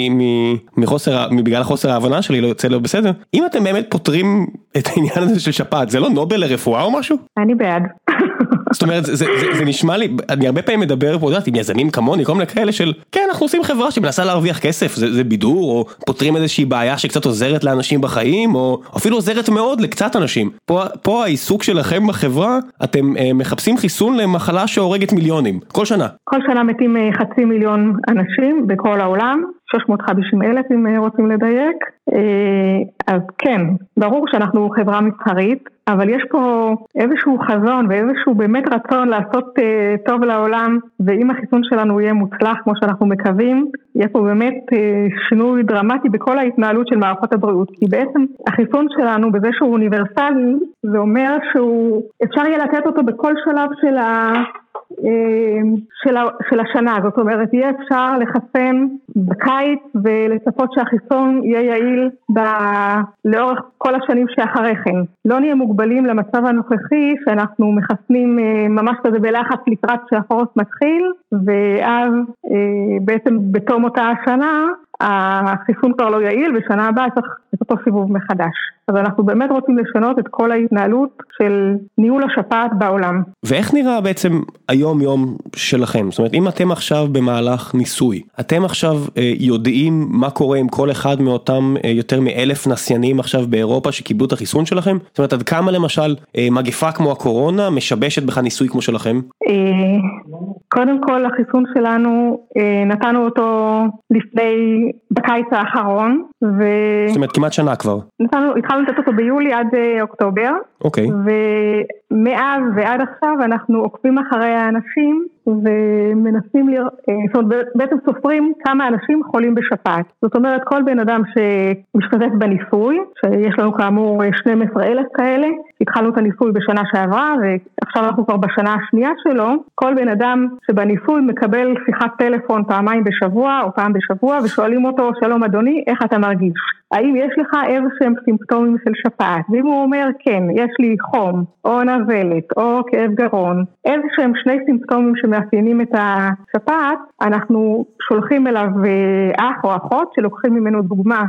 בגלל חוסר ההבנה שלי, לא יוצא לו בסדר. אם אתם באמת פותרים את העניין הזה של שפעת, זה לא נובל לרפואה או משהו? אני בעד. זאת אומרת, זה נשמע לי, אני הרבה פעמים מדבר פה, עם יזמים כמוני, כל מיני כאלה של, כן, אנחנו עושים חברה שמנסה להרוויח כסף, זה בידור, או פותרים איזושהי בעיה שקצת עוזרת לאנשים בחיים, או אפילו עוזרת מאוד לקצת אנשים. פה העיסוק שלכם בחברה, אתם מחפשים חיסון למחלה שהורגת מיליונים, כל שנה. כל שנה מתים 500,000 אנשים בכל העולם, 650,000 אם רוצים לדייק. אז כן, ברור שאנחנו חברה מסחרית, אבל יש פה איזשהו חזון ואיזשהו באמת רצון לעשות טוב לעולם, ואם החיסון שלנו יהיה מוצלח כמו שאנחנו מקווים, יהיה פה באמת שינוי דרמטי בכל ההתנהלות של מערכות הבריאות, כי בעצם החיסון שלנו בזה שהוא אוניברסלי, זה אומר שהוא אפשר יהיה לתת אותו בכל שלב של השנה, זאת אומרת, יהיה אפשר לחסן בקיץ ולצפות שהחיסון יהיה יעיל לאורך כל השנים שאחרי כן. לא נהיה מוגבלים למצב הנוכחי שאנחנו מחסנים ממש כזה בלחץ לקראת שהחורף מתחיל, ואז בעצם בתום אותה השנה החיסון כבר לא יעיל, ושנה הבאה צריך את אותו סיבוב מחדש. אז אנחנו באמת רוצים לשנות את כל ההתנהלות של ניהול השפעת בעולם. ואיך נראה בעצם היום-יום שלכם? זאת אומרת, אם אתם עכשיו במהלך ניסוי, אתם עכשיו יודעים מה קורה עם כל אחד מאותם יותר מ1,000 נסיינים עכשיו באירופה שקיבלו את החיסון שלכם? זאת אומרת, עד כמה למשל מגפה כמו הקורונה משבשת בך ניסוי כמו שלכם? קודם כל, החיסון שלנו, נתנו אותו בקיץ האחרון. זאת אומרת, כמעט שנה כבר. התחלנו לתת אותו ביולי עד אוקטובר. אוקיי. ומאז ועד עכשיו אנחנו עוקבים אחרי האנשים ומנסים בעצם סופרים כמה אנשים חולים בשפעת. זאת אומרת, כל בן אדם שמשתתף בניסוי, שיש לנו כאמור 12,000 כאלה, התחלנו את הניסוי בשנה שעברה, ועכשיו אנחנו כבר בשנה השנייה שלו, כל בן אדם שבניסוי מקבל שיחת טלפון פעמיים בשבוע או פעם בשבוע, ושואלים אותו, שלום אדוני, איך אתה מרגיש? האם יש לך איזשהם סימפטומים של שפעת? ואם הוא אומר, כן, יש לי חום, או נזלת, או כאב גרון, איזשהם 2 סימפטומים שמאפיינים את השפעת, אנחנו שולחים אליו אח או אחות שלוקחים ממנו דוגמה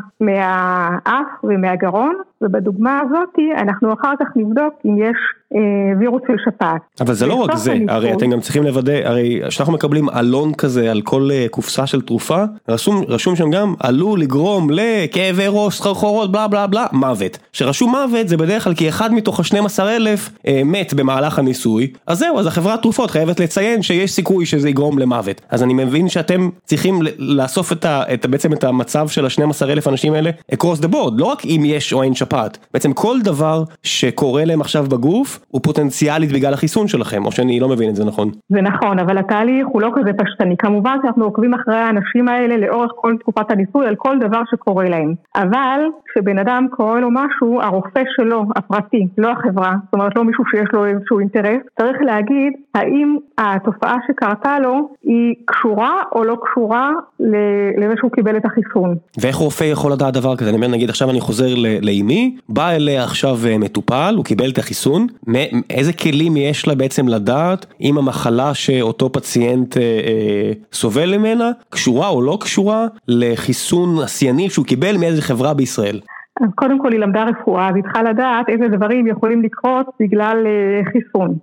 מהאף ומהגרון, ובדוגמה הזאת אנחנו אחר כך נבדוק אם יש וירוס של לשפעת. אבל זה לא רק זה, הרי אתם גם צריכים לוודא, הרי כשאנחנו מקבלים אלון כזה על כל קופסה של תרופה, רשום שם גם עלול לגרום לכאבי ראש, סחרחורות, בלה בלה בלה, מוות. שרשום מוות זה בדרך כלל כי אחד מתוך ה-12,000 מת במהלך הניסוי, אז זהו, אז החברת תרופות חייבת לציין שיש סיכוי שזה יגרום למוות. אז אני מבין שאתם צריכים לאסוף בעצם את המצב של ה-12,000 אנשים האלה across the board, לא רק אם יש או אין שפעת. בעצם כל דבר שקורה להם עכשיו בגוף הוא פוטנציאלית בגלל החיסון שלכם, או שאני לא מבין את זה נכון. זה נכון, אבל התהליך הוא לא כזה פשטני. כמובן שאנחנו עוקבים אחרי האנשים האלה לאורך כל תקופת הניסוי על כל דבר שקורה להם. אבל כשבן אדם קורא לו משהו, הרופא שלו, הפרטי, לא החברה, זאת אומרת לא מישהו שיש לו איזשהו אינטרס, צריך להגיד האם התופעה שקרתה לו היא קשורה או לא קשורה לזה שהוא קיבל את החיסון. ואיך רופא יכול לדעת דבר כזה? אני אומר, נגיד עכשיו אני חוזר לאמי, בא אליה עכשיו מטופל, הוא קיבל את החיסון, איזה כלים יש לה בעצם לדעת אם המחלה שאותו פציינט סובל ממנה, קשורה או לא קשורה לחיסון עשייני שהוא קיבל מאיזה חברה בישראל? אז קודם כל היא למדה רפואה, אז היא צריכה לדעת איזה דברים יכולים לקרות בגלל חיסון.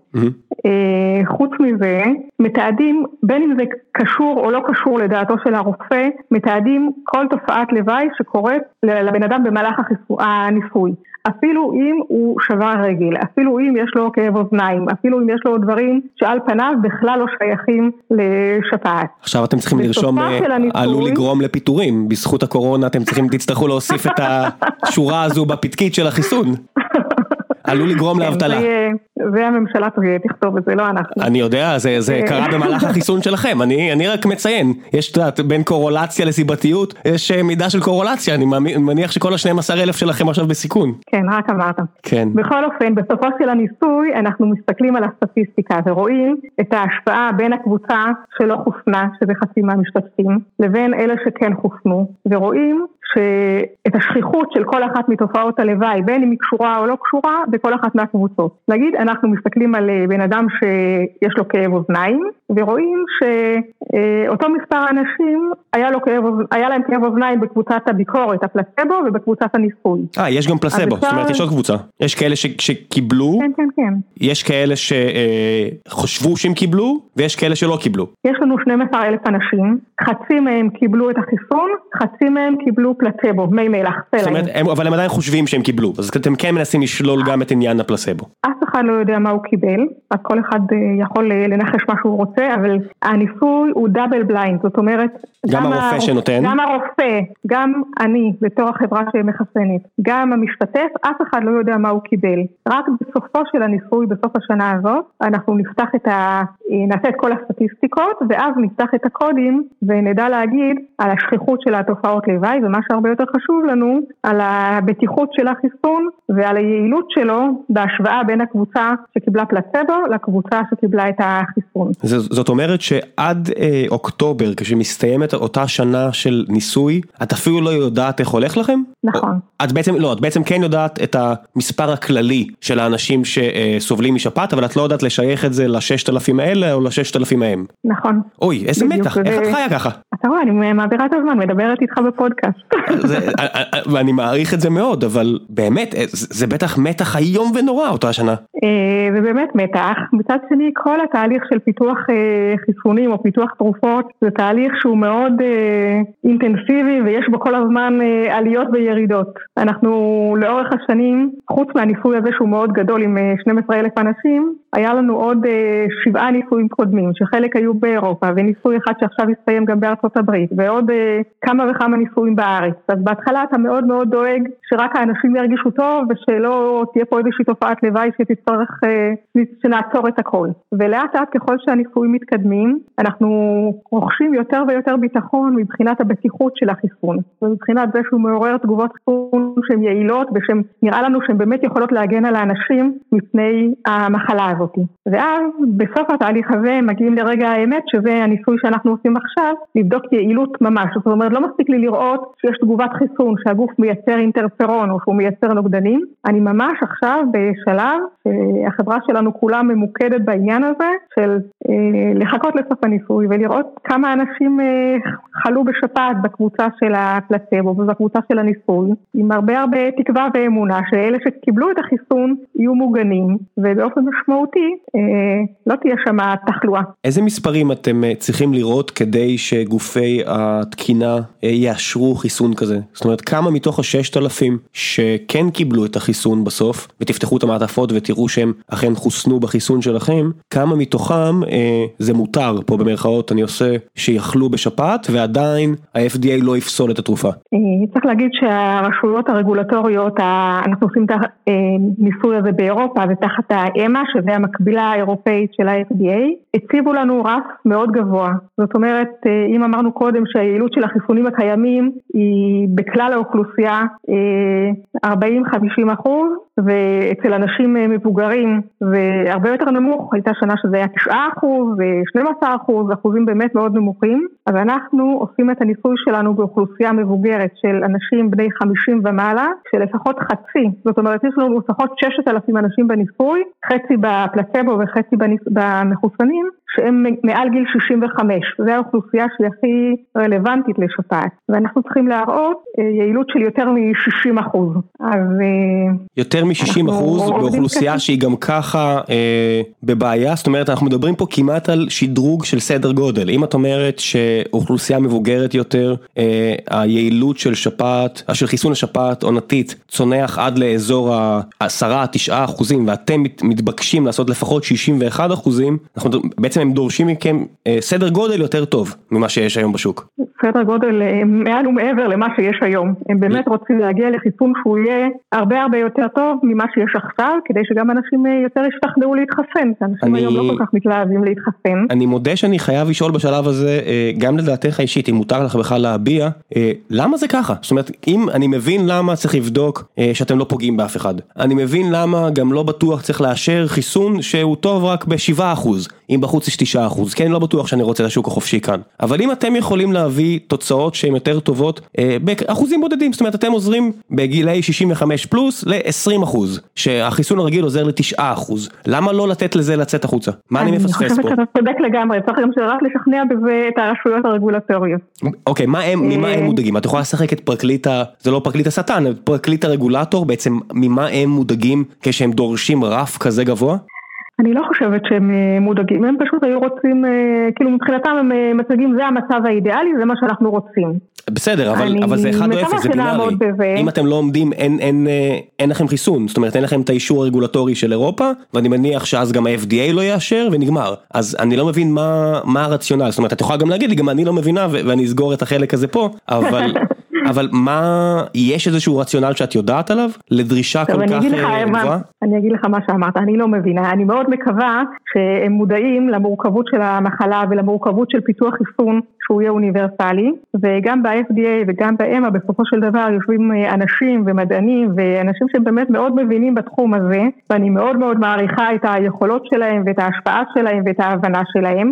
חוץ מזה, מתעדים, בין אם זה קשור או לא קשור לדעתו של הרופא, מתעדים כל תופעת לוואי שקורית לבן אדם במהלך הניסוי. אפילו אם הוא שבר רגל, אפילו אם יש לו כאב אוזניים, אפילו אם יש לו דברים שעל פניו בכלל לא שייכים לשפעת. עכשיו אתם צריכים לרשום, עלול לגרום לפיטורים, בזכות הקורונה אתם תצטרכו להוסיף את השורה הזו בפתקית של החיסון. עלול לגרום לאבטלה. זה הממשלה תכתוב את זה, לא אנחנו. אני יודע, זה קרה במהלך החיסון שלכם, אני רק מציין, יש בין קורולציה לסיבתיות, יש מידה של קורולציה, אני מניח שכל ה-12,000 שלכם עכשיו בסיכון. כן, רק אמרת. כן. בכל אופן, בסופו של הניסוי, אנחנו מסתכלים על הסטטיסטיקה, ורואים את ההשפעה בין הקבוצה שלא חוסנה, שזה חצי מהמשתתפים, לבין אלה שכן חוסנו, ורואים שאת השכיחות של כל אחת מתופעות הלוואי, בין אם היא קשורה או לא קשורה, בכל אחת מהקבוצות. נגיד, אנחנו מסתכלים על בן אדם שיש לו כאב אוזניים, ורואים שאותו מספר אנשים היה להם כאב אוזניים בקבוצת הביקורת, הפלסבו, ובקבוצת הניסוי. יש גם פלסבו, זאת אומרת, יש עוד קבוצה. יש כאלה שקיבלו, כן. יש כאלה שחושבו שהם קיבלו, ויש כאלה שלא קיבלו. יש לנו 12,000 אנשים, חצי מהם קיבלו את החיסון, חצי מהם קיבלו פלסבו, מי מלח, זאת אומרת, אבל הם עדיין חושבים שהם קיבלו, אז אתם כן מנסים לשלול גם את עניין הפלסבו. אף אחד לא יודע מה הוא קיבל, אז כל אחד יכול לנחש מה שהוא רוצה, אבל הניסוי הוא דאבל בליינד, זאת אומרת, גם הרופא שנותן, גם הרופא, גם אני, בתור החברה שמחסנת, גם המשתתף, אף אחד לא יודע מה הוא קיבל. רק בסופו של הניסוי, בסוף השנה הזאת, אנחנו נעשה את כל הסטטיסטיקות, ואז נפתח את הקודים, ונדע להגיד על השכיחות של התופעות לוואי, ומה שהרבה יותר חשוב לנו, על הבטיחות של החיסון, ועל היעילות שלו, בהשוואה בין הקבוצה שקיבלה פלסבו, לקבוצה שקיבלה את החיסון. זאת אומרת שעד אוקטובר, כשמסתיימת אותה שנה של ניסוי, את אפילו לא יודעת איך הולך לכם? נכון. את בעצם כן יודעת את המספר הכללי של האנשים שסובלים משפעת, אבל את לא יודעת לשייך את זה ל6,000 האלה או ל6,000 מהם. נכון. אוי, איזה מתח, איך את חיה ככה? אתה רואה, אני מעבירה את הזמן, מדברת איתך בפודקאסט. ואני מעריך את זה מאוד, אבל באמת, זה בטח מתח היום ונורא אותה השנה. זה באמת מתח. מצד שני, כל התהליך של פיתוח חיסונים או פיתוח תרופות, זה תהליך שהוא מאוד אינטנסיבי, ויש בו כל הזמן עליות וירידות. אנחנו לאורך השנים, חוץ מהניסוי הזה שהוא מאוד גדול עם 12,000 אנשים, היה לנו עוד 7 ניסויים קודמים, שחלק היו באירופה, וניסוי אחד שעכשיו הסתיים גם בארצות הברית, ועוד כמה וכמה ניסויים בארץ. אז בהתחלה אתה מאוד מאוד דואג שרק האנשים ירגישו טוב, ושלא תהיה פה איזושהי תופעת לוואי שתצטרך שנעצור את הכל. ולאט לאט ככל שהניסויים מתקדמים, אנחנו רוכשים יותר ויותר ביטחון מבחינת הבטיחות של החיסון, ומבחינת זה שהוא מעורר תגובות חיסון שהן יעילות, ושנראה לנו שהן באמת יכולות להגן על האנשים מפני המחלה הזאת. ואז בסוף התהליך הזה מגיעים לרגע האמת, שזה הניסוי שאנחנו עושים עכשיו, לבדוק יעילות ממש. זאת אומרת, לא מספיק לי לראות שיש תגובת חיסון, שהגוף מייצר אינטרפרון או שהוא מייצר נוגדנים. אני ממש עכשיו בשלב שהחברה שלנו כולה ממוקדת בעניין הזה, של לחכות לסוף הניסוי ולראות כמה אנשים חלו בשפעת בקבוצה של הפלסבו ובקבוצה של הניסוי, עם הרבה תקווה ואמונה שאלה שקיבלו את החיסון יהיו מוגנים, ובאופן משמעותי משמעותי, לא תהיה שם תחלואה. איזה מספרים אתם צריכים לראות כדי שגופי התקינה יאשרו חיסון כזה? זאת אומרת, כמה מתוך 6,000 שכן קיבלו את החיסון בסוף, ותפתחו את המעטפות ותראו שהם אכן חוסנו בחיסון שלכם, כמה מתוכם זה מותר, פה במרכאות אני עושה, שיחלו בשפעת, ועדיין ה-FDA לא יפסול את התרופה? צריך להגיד שהרשויות הרגולטוריות, אנחנו עושים את הניסוי הזה באירופה, ותחת ה-EMA, שזה המקבילה האירופאית של ה-FDA, הציבו לנו רף מאוד גבוה. זאת אומרת, אם אמרנו קודם שהיעילות של החיסונים הקיימים היא בכלל האוכלוסייה 40-50%, ואצל אנשים מבוגרים זה הרבה יותר נמוך, הייתה שנה שזה היה 9% ו-12%, אחוזים באמת מאוד נמוכים. אז אנחנו עושים את הניסוי שלנו באוכלוסייה מבוגרת של אנשים בני 50 ומעלה, שלפחות חצי, זאת אומרת יש לנו לפחות 6,000 אנשים בניסוי, חצי בפלצבו וחצי במחוסנים, שהם מעל גיל 65, זו האוכלוסייה שהיא הכי רלוונטית לשפעת, ואנחנו צריכים להראות יעילות של יותר מ-60%. אז יותר מ-60% באוכלוסייה שהיא גם ככה בבעיה, זאת אומרת אנחנו מדברים פה כמעט על שדרוג של סדר גודל. אם את אומרת שאוכלוסייה מבוגרת יותר, היעילות של שפעת, של חיסון לשפעת עונתית צונח עד לאזור ה-10-9%, ואתם מתבקשים לעשות לפחות 61%, אנחנו בעצם הם דורשים מכם סדר גודל יותר טוב ממה שיש היום בשוק. סדר גודל מעל ומעבר למה שיש היום. הם באמת רוצים להגיע לחיסון שהוא יהיה הרבה הרבה יותר טוב ממה שיש עכשיו, כדי שגם אנשים יותר ישתכנעו להתחסן. אנשים היום לא כל כך מתלהבים להתחסן. אני מודה שאני חייב לשאול בשלב הזה, גם לדעתך האישית, אם מותר לך בכלל להביע, למה זה ככה? זאת אומרת, אם אני מבין למה צריך לבדוק שאתם לא פוגעים באף אחד. אני מבין למה גם לא בטוח צריך לאשר חיסון שהוא טוב רק ב7%, אם בחוץ יש 9%, כן, לא בטוח שאני רוצה לשוק החופשי כאן. אבל אם אתם יכולים להביא תוצאות שהן יותר טובות באחוזים בודדים, זאת אומרת, אתם עוזרים בגילי 65 פלוס ל-20%, שהחיסון הרגיל עוזר ל9%. למה לא לתת לזה לצאת החוצה? מה אני מפספס פה? אני חושבת שאתה צודק לגמרי, צריך גם רק לשכנע בזה את הרשויות הרגולטוריות. אוקיי, ממה הם מודאגים? את יכולה לשחק את זה לא פרקליט השטן, פרקליט הרגולטור, בעצם ממה הם מודאגים כשהם דורשים רף כזה גבוה? אני לא חושבת שהם מודאגים, הם פשוט היו רוצים, כאילו מבחינתם הם מצגים, זה המצב האידיאלי, זה מה שאנחנו רוצים. בסדר, אבל זה 1-0, זה בינארי. אם אתם לא עומדים, אין לכם חיסון, זאת אומרת, אין לכם את האישור הרגולטורי של אירופה, ואני מניח שאז גם ה-FDA לא יאשר ונגמר. אז אני לא מבין מה הרציונל, זאת אומרת, את יכולה גם להגיד לי, גם אני לא מבינה, ואני אסגור את החלק הזה פה, אבל מה, יש איזשהו רציונל שאת יודעת עליו? לדרישה כל כך גבוהה? אני אגיד לך מה שאמרת, אני לא מבינה, אני מאוד מקווה שהם מודעים למורכבות של המחלה ולמורכבות של פיתוח חיסון שהוא יהיה אוניברסלי, וגם ב-FDA וגם ב-EMA בסופו של דבר יושבים אנשים ומדענים ואנשים שבאמת מאוד מבינים בתחום הזה, ואני מאוד מאוד מעריכה את היכולות שלהם ואת ההשפעה שלהם ואת ההבנה שלהם,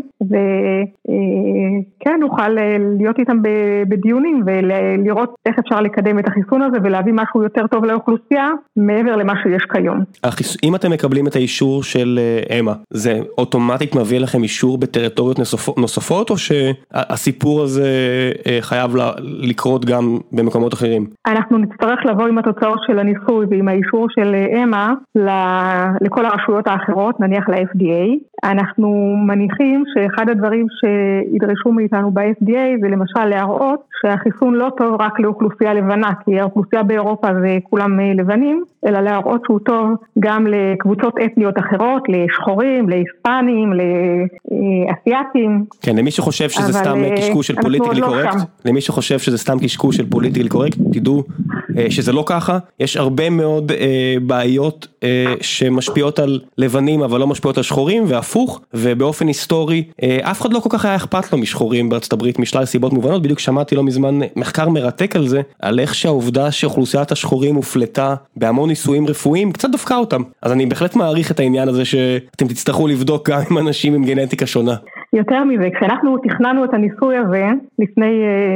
וכן נוכל להיות איתם בדיונים ולראות איך אפשר לקדם את החיסון הזה ולהביא משהו יותר טוב לאוכלוסייה מעבר למה שיש כיום. אם אתם מקבלים את האישור של EMA, זה אוטומטית מביא לכם אישור בטריטוריות נוספות, או שהסיפור הזה חייב לקרות גם במקומות אחרים? אנחנו נצטרך לבוא עם התוצאות של הניסוי ועם האישור של EMA לכל הרשויות האחרות, נניח ל-FDA. אנחנו מניחים שאחד הדברים שידרשו מאיתנו ב-FDA זה למשל להראות שהחיסון לא טוב רק לאוכלוסייה לבנה, כי האוכלוסייה באירופה זה כולם לבנים, אלא להראות שהוא טוב גם לקבוצות אתניות אחרות, לשחורים, להיספנים, לאסייתים. כן, למי שחושב שזה סתם קשקוש של פוליטיקלי קורקט, למי שחושב שזה סתם קשקוש של פוליטיקלי קורקט, תדעו שזה לא ככה. יש הרבה מאוד בעיות שמשפיעות על לבנים, אבל לא משפיעות על שחורים, והפוך, ובאופן היסטורי, אף אחד לא כל כך היה אכפת לו משחורים בארצות הברית, משלל סיבות מובנות. בדיוק שמעתי לא מזמן מחקר מרתק על זה, על איך שהעובדה שאוכלוסיית השחורים הופלטה בהמון ניסויים רפואיים, קצת דפקה אותם. אז אני בהחלט מעריך את העניין הזה שאתם תצטרכו לבדוק גם עם אנשים עם גנטיקה שונה. יותר מזה, כשאנחנו תכננו את הניסוי הזה לפני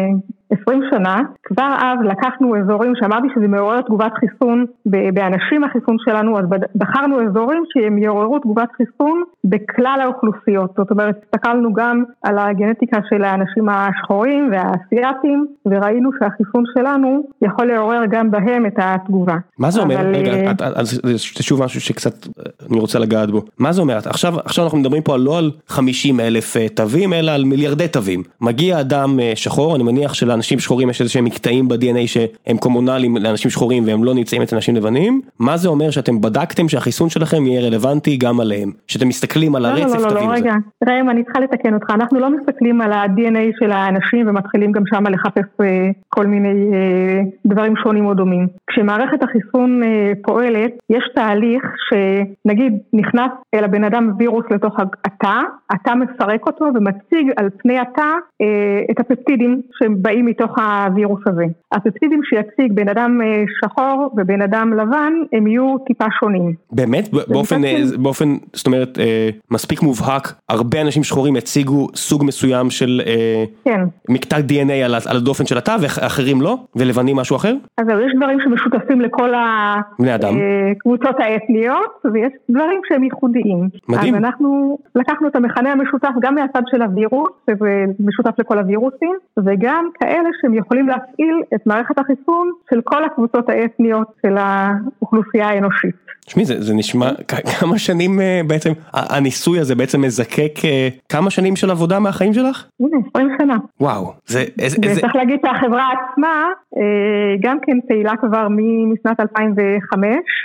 20 שנה, כבר אז לקחנו אזורים שאמרתי שזה מעורר תגובת חיסון באנשים החיסון שלנו, אז בחרנו אזורים שהם יעוררו תגובת חיסון בכלל האוכלוסיות. זאת אומרת, הסתכלנו גם על הגנטיקה של האנשים השחורים והאסייתים, וראינו שהחיסון שלנו יכול לעורר גם בהם את התגובה. מה זה אומר? רגע, זה שוב משהו שקצת אני רוצה לגעת בו. מה זה אומר? עכשיו אנחנו מדברים פה לא על 50,000 תווים, אלא על מיליארדי תווים. מגיע אדם שחור, אני מניח שלאנשים שחורים יש איזשהם מקטעים ב-DNA שהם קומונליים לאנשים שחורים והם לא נמצאים את אנשים לבנים. מה זה אומר שאתם בדקתם שהחיסון שלכם יהיה רלוונטי גם עליהם? שאתם מסתכלים על הרצף תווים הזה? לא, רגע. ראם, אני צריכה לתקן אותך. אנחנו לא מסתכלים על ה-DNA של האנשים ומתחילים גם שם לחפש כל מיני דברים שונים או דומים. כשמערכת החיסון פועלת, יש תהליך שנגיד נכנס אל הבן אדם וירוס לתוך התא מפרק אותו ומציג על פני התא את הפפטידים שבאים מתוך הווירוס הזה. הפפטידים שיציג בן אדם שחור ובן אדם לבן הם יהיו טיפה שונים. באמת? באופן, זאת אומרת, מספיק מובהק, הרבה אנשים שחורים הציגו סוג מסוים של מקטע DNA על הדופן של התא ואחרים לא? ולבנים משהו אחר? אז יש דברים שמשותפים לכל הקבוצות האתניות ויש דברים שהם ייחודיים. מדהים. אז אנחנו לקחנו את המכנה המשותף גם מהצד של הווירוס, שזה משותף לכל הווירוסים, וגם כאלה שהם יכולים להפעיל את מערכת החיסון של כל הקבוצות האתניות של האוכלוסייה האנושית. שמי, זה נשמע, כמה שנים בעצם, הניסוי הזה בעצם מזקק כמה שנים של עבודה מהחיים שלך? 20 שנה. וואו, צריך להגיד שהחברה עצמה, גם כן פעילה כבר משנת 2005,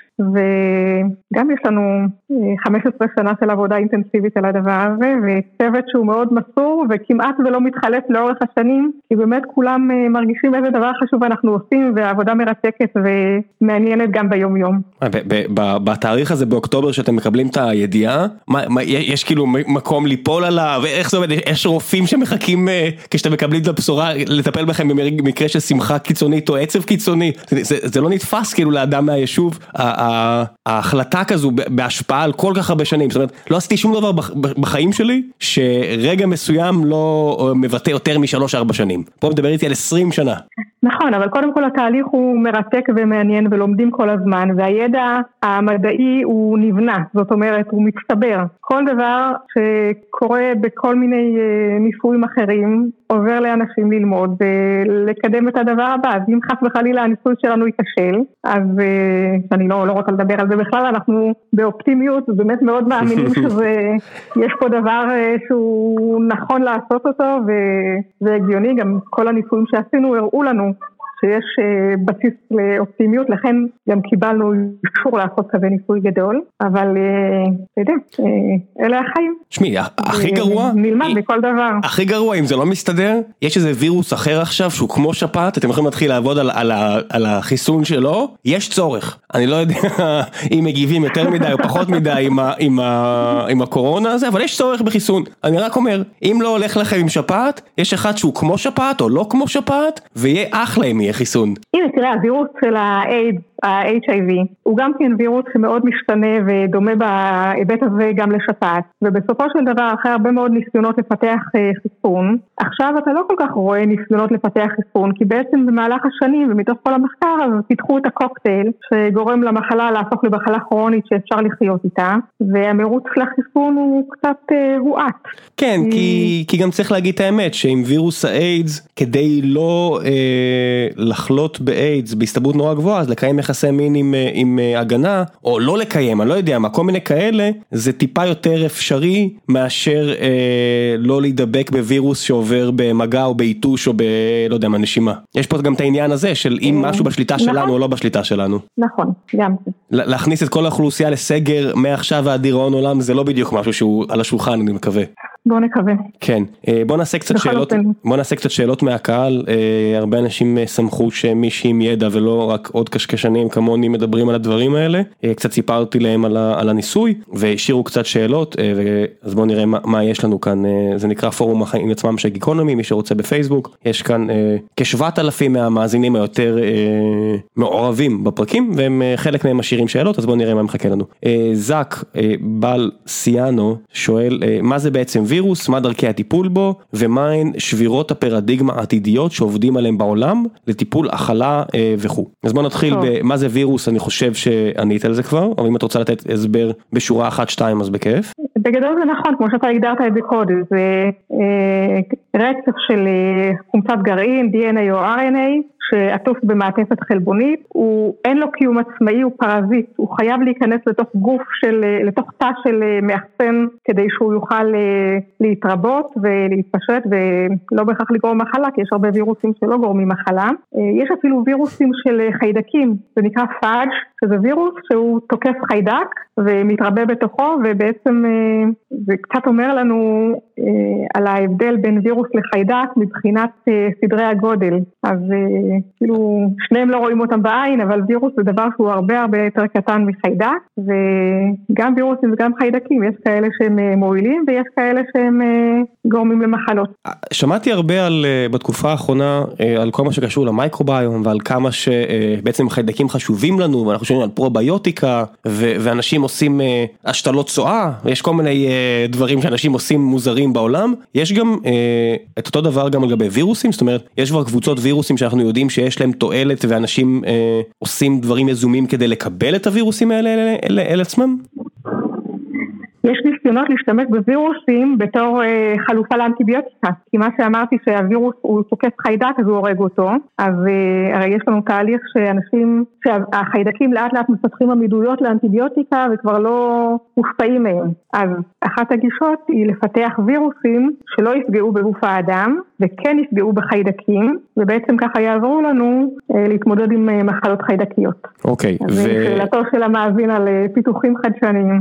וגם יש לנו 15 שנה של עבודה אינטנסיבית על הדבר הזה, וצוות שהוא מאוד מסור וכמעט ולא מתחלף לאורך השנים, כי באמת כולם מרגישים איזה דבר חשוב אנחנו עושים, והעבודה מרתקת ומעניינת גם ביום יום. בתאריך הזה באוקטובר שאתם מקבלים את הידיעה, יש כאילו מקום ליפול עליו, ואיך זה עובד? יש רופאים שמחכים כשאתם מקבלים את הבשורה לטפל בכם במקרה של שמחה קיצונית או עצב קיצוני, זה לא נתפס כאילו לאדם מהיישוב, ההחלטה כזו בהשפעה על כל כך הרבה שנים, זאת אומרת, לא עשיתי שום דבר בחיים שלי, שרגע מסוים לא מבטא יותר מ3-4 שנים, פה מדבר איתי על 20 שנה. נכון, אבל קודם כל התהליך הוא מרתק ומעניין ולומדים כל הזמן, והידע המדעי הוא נבנה, זאת אומרת הוא מצטבר. כל דבר שקורה בכל מיני ניסויים אחרים עובר לאנשים ללמוד ולקדם את הדבר הבא. אז אם חס וחלילה הניסוי שלנו ייכשל, אז אני לא רוצה לדבר על זה בכלל, אנחנו באופטימיות ובאמת מאוד מאמינים שיש פה דבר שהוא נכון לעשות אותו וזה הגיוני, גם כל הניסויים שעשינו הראו לנו שיש בסיס לאופטימיות, לכן גם קיבלנו אישור לעשות כזה ניסוי גדול, אבל אתה יודע, אלה החיים. שמי, הכי גרוע, נלמד מכל דבר. הכי גרוע, אם זה לא מסתדר, יש איזה וירוס אחר עכשיו שהוא כמו שפעת, אתם יכולים להתחיל לעבוד על החיסון שלו, יש צורך. אני לא יודע אם מגיבים יותר מדי או פחות מדי עם הקורונה הזה, אבל יש צורך בחיסון. אני רק אומר, אם לא הולך לכם עם שפעת, יש אחד שהוא כמו שפעת או לא כמו שפעת, ויהיה אחלה אם יהיה חיסון. הנה, תראה, הווירוס של האיידס, ה-HIV, הוא גם כן וירוס שמאוד משתנה ודומה בהיבט הזה גם לשפעת, ובסופו של דבר אחרי הרבה מאוד ניסיונות לפתח חיסון, עכשיו אתה לא כל כך רואה ניסיונות לפתח חיסון, כי בעצם במהלך השנים ומתוך כל המחקר אז פיתחו את הקוקטייל שגורם למחלה להפוך למחלה כרונית שאפשר לחיות איתה, והמרוץ לחיסון הוא קצת הואט. כן, כי גם צריך להגיד את האמת, שעם וירוס האיידס, כדי לא לחלות באיידס בהסתברות נורא גבוהה, אז לקיים יחסי מין עם הגנה, או לא לקיים, אני לא יודע מה, כל מיני כאלה, זה טיפה יותר אפשרי מאשר לא להידבק בווירוס שעובר במגע או באיתוש או לא יודע מה, נשימה. יש פה גם את העניין הזה של אם משהו בשליטה שלנו או לא בשליטה שלנו. נכון, גם. להכניס את כל האוכלוסייה לסגר מעכשיו ועד דיראון עולם, זה לא בדיוק משהו שהוא על השולחן, אני מקווה. בוא נקווה. כן, בוא נעשה קצת שאלות מהקהל, הרבה אנשים שמחו שמישהי עם ידע ולא רק עוד קשקשנים כמוני מדברים על הדברים האלה, קצת סיפרתי להם על הניסוי והשאירו קצת שאלות, אז בואו נראה מה יש לנו כאן, זה נקרא פורום החיים עצמם של גיקונומי, מי שרוצה בפייסבוק, יש כאן כ7,000 מהמאזינים היותר מעורבים בפרקים, והם חלק מהם משאירים שאלות, אז בואו נראה מה מחכה לנו. זק בל סיאנו שואל, מה זה בעצם הווירוס, מה דרכי הטיפול בו, ומהן שבירות הפרדיגמה העתידיות שעובדים עליהם בעולם, לטיפול החלה וכו'. אז בוא נתחיל במה זה וירוס, אני חושב שאני אתן על זה כבר, אבל אם את רוצה לתת הסבר בשורה 1-2 אז בכיף. בגדול זה נכון, כמו שאתה הגדרת את זה קודם, זה רצף של חומצת גרעין, DNA או RNA, שעטוף במעטפת חלבונית, אין לו קיום עצמאי, הוא פרזיט, הוא חייב להיכנס לתוך גוף לתוך תא של מאחסן, כדי שהוא יוכל להתרבות ולהתפשט, ולא בהכרח לגרום מחלה, כי יש הרבה וירוסים שלא גורמים מחלה. יש אפילו וירוסים של חיידקים, זה נקרא פאג', שזה וירוס שהוא תוקף חיידק, ומתרבה בתוכו, ובעצם זה קצת אומר לנו על ההבדל בין וירוס לחיידק, מבחינת סדרי הגודל. אז כאילו, שניהם לא רואים אותם בעין, אבל וירוס זה דבר שהוא הרבה יותר קטן מחיידק, וגם וירוסים וגם חיידקים, יש כאלה שהם מועילים, ויש כאלה שהם גורמים למחלות. שמעתי הרבה בתקופה האחרונה, על כל מה שקשור למייקרוביום, ועל כמה שבעצם חיידקים חשובים לנו, ואנחנו שומעים על פרוביוטיקה, ואנשים עושים השתלות צואה, ויש כל מיני דברים שאנשים עושים מוזרים בעולם. יש גם את אותו דבר גם לגבי וירוסים, זאת אומרת, יש כבר קבוצות וירוסים שאנחנו יודעים שיש להם תועלת, ואנשים עושים דברים יזומים כדי לקבל את הווירוסים האלה אל עצמם? יש ניסיונות להשתמש בווירוסים בתור חלופה לאנטיביוטיקה, כי מה שאמרתי שהווירוס הוא תוקף חיידק אז הוא הורג אותו, אז הרי יש לנו תהליך שהחיידקים לאט לאט מפתחים עמידויות לאנטיביוטיקה וכבר לא מושפעים מהם, אז אחת הגישות היא לפתח וירוסים שלא יפגעו בגוף האדם וכן יפגעו בחיידקים, ובעצם ככה יעזרו לנו להתמודד עם מחלות חיידקיות. אוקיי. אז שאלתו של המאזין על פיתוחים חדשניים.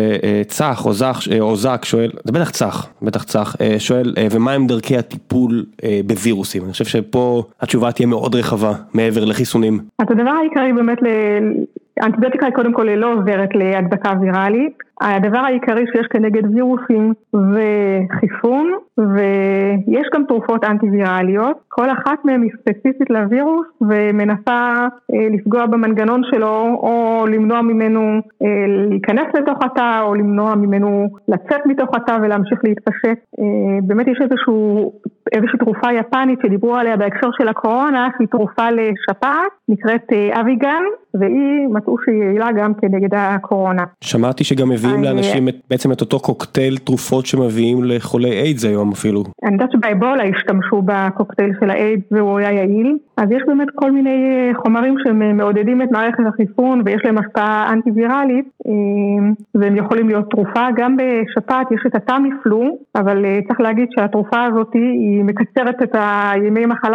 וצח או זק שואל, זה בטח צח, שואל, ומה הם דרכי הטיפול בווירוסים? אני חושב שפה התשובה תהיה מאוד רחבה מעבר לחיסונים. אז הדבר העיקרי באמת, האנטיביוטיקה היא קודם כל לא עוזרת להדבקה ויראלית, הדבר העיקרי שיש כנגד וירוסים זה חיסון, ויש גם תרופות אנטי-ויראליות, כל אחת מהן היא ספציפית לווירוס, ומנסה לפגוע במנגנון שלו, או למנוע ממנו להיכנס לתוך התא, או למנוע ממנו לצאת מתוך התא ולהמשיך להתפשט. באמת יש איזושהי תרופה יפנית שדיברו עליה בהקשר של הקורונה, שהיא תרופה לשפעת, נקראת אביגן, והיא מצאו שהיא יעילה גם כנגד הקורונה. שמעתי שגם מביאים לאנשים בעצם את אותו קוקטייל תרופות שמביאים לחולי איידס היום אפילו. אני יודעת שבאבולה השתמשו בקוקטייל של האיידס והוא היה יעיל, אז יש באמת כל מיני חומרים שמעודדים את מערכת החיסון ויש להם השפעה אנטי-ויראלית, והם יכולים להיות תרופה, גם בשפעת יש את הטמיפלו, אבל צריך להגיד שהתרופה הזאת היא מקצרת את הימי מחלה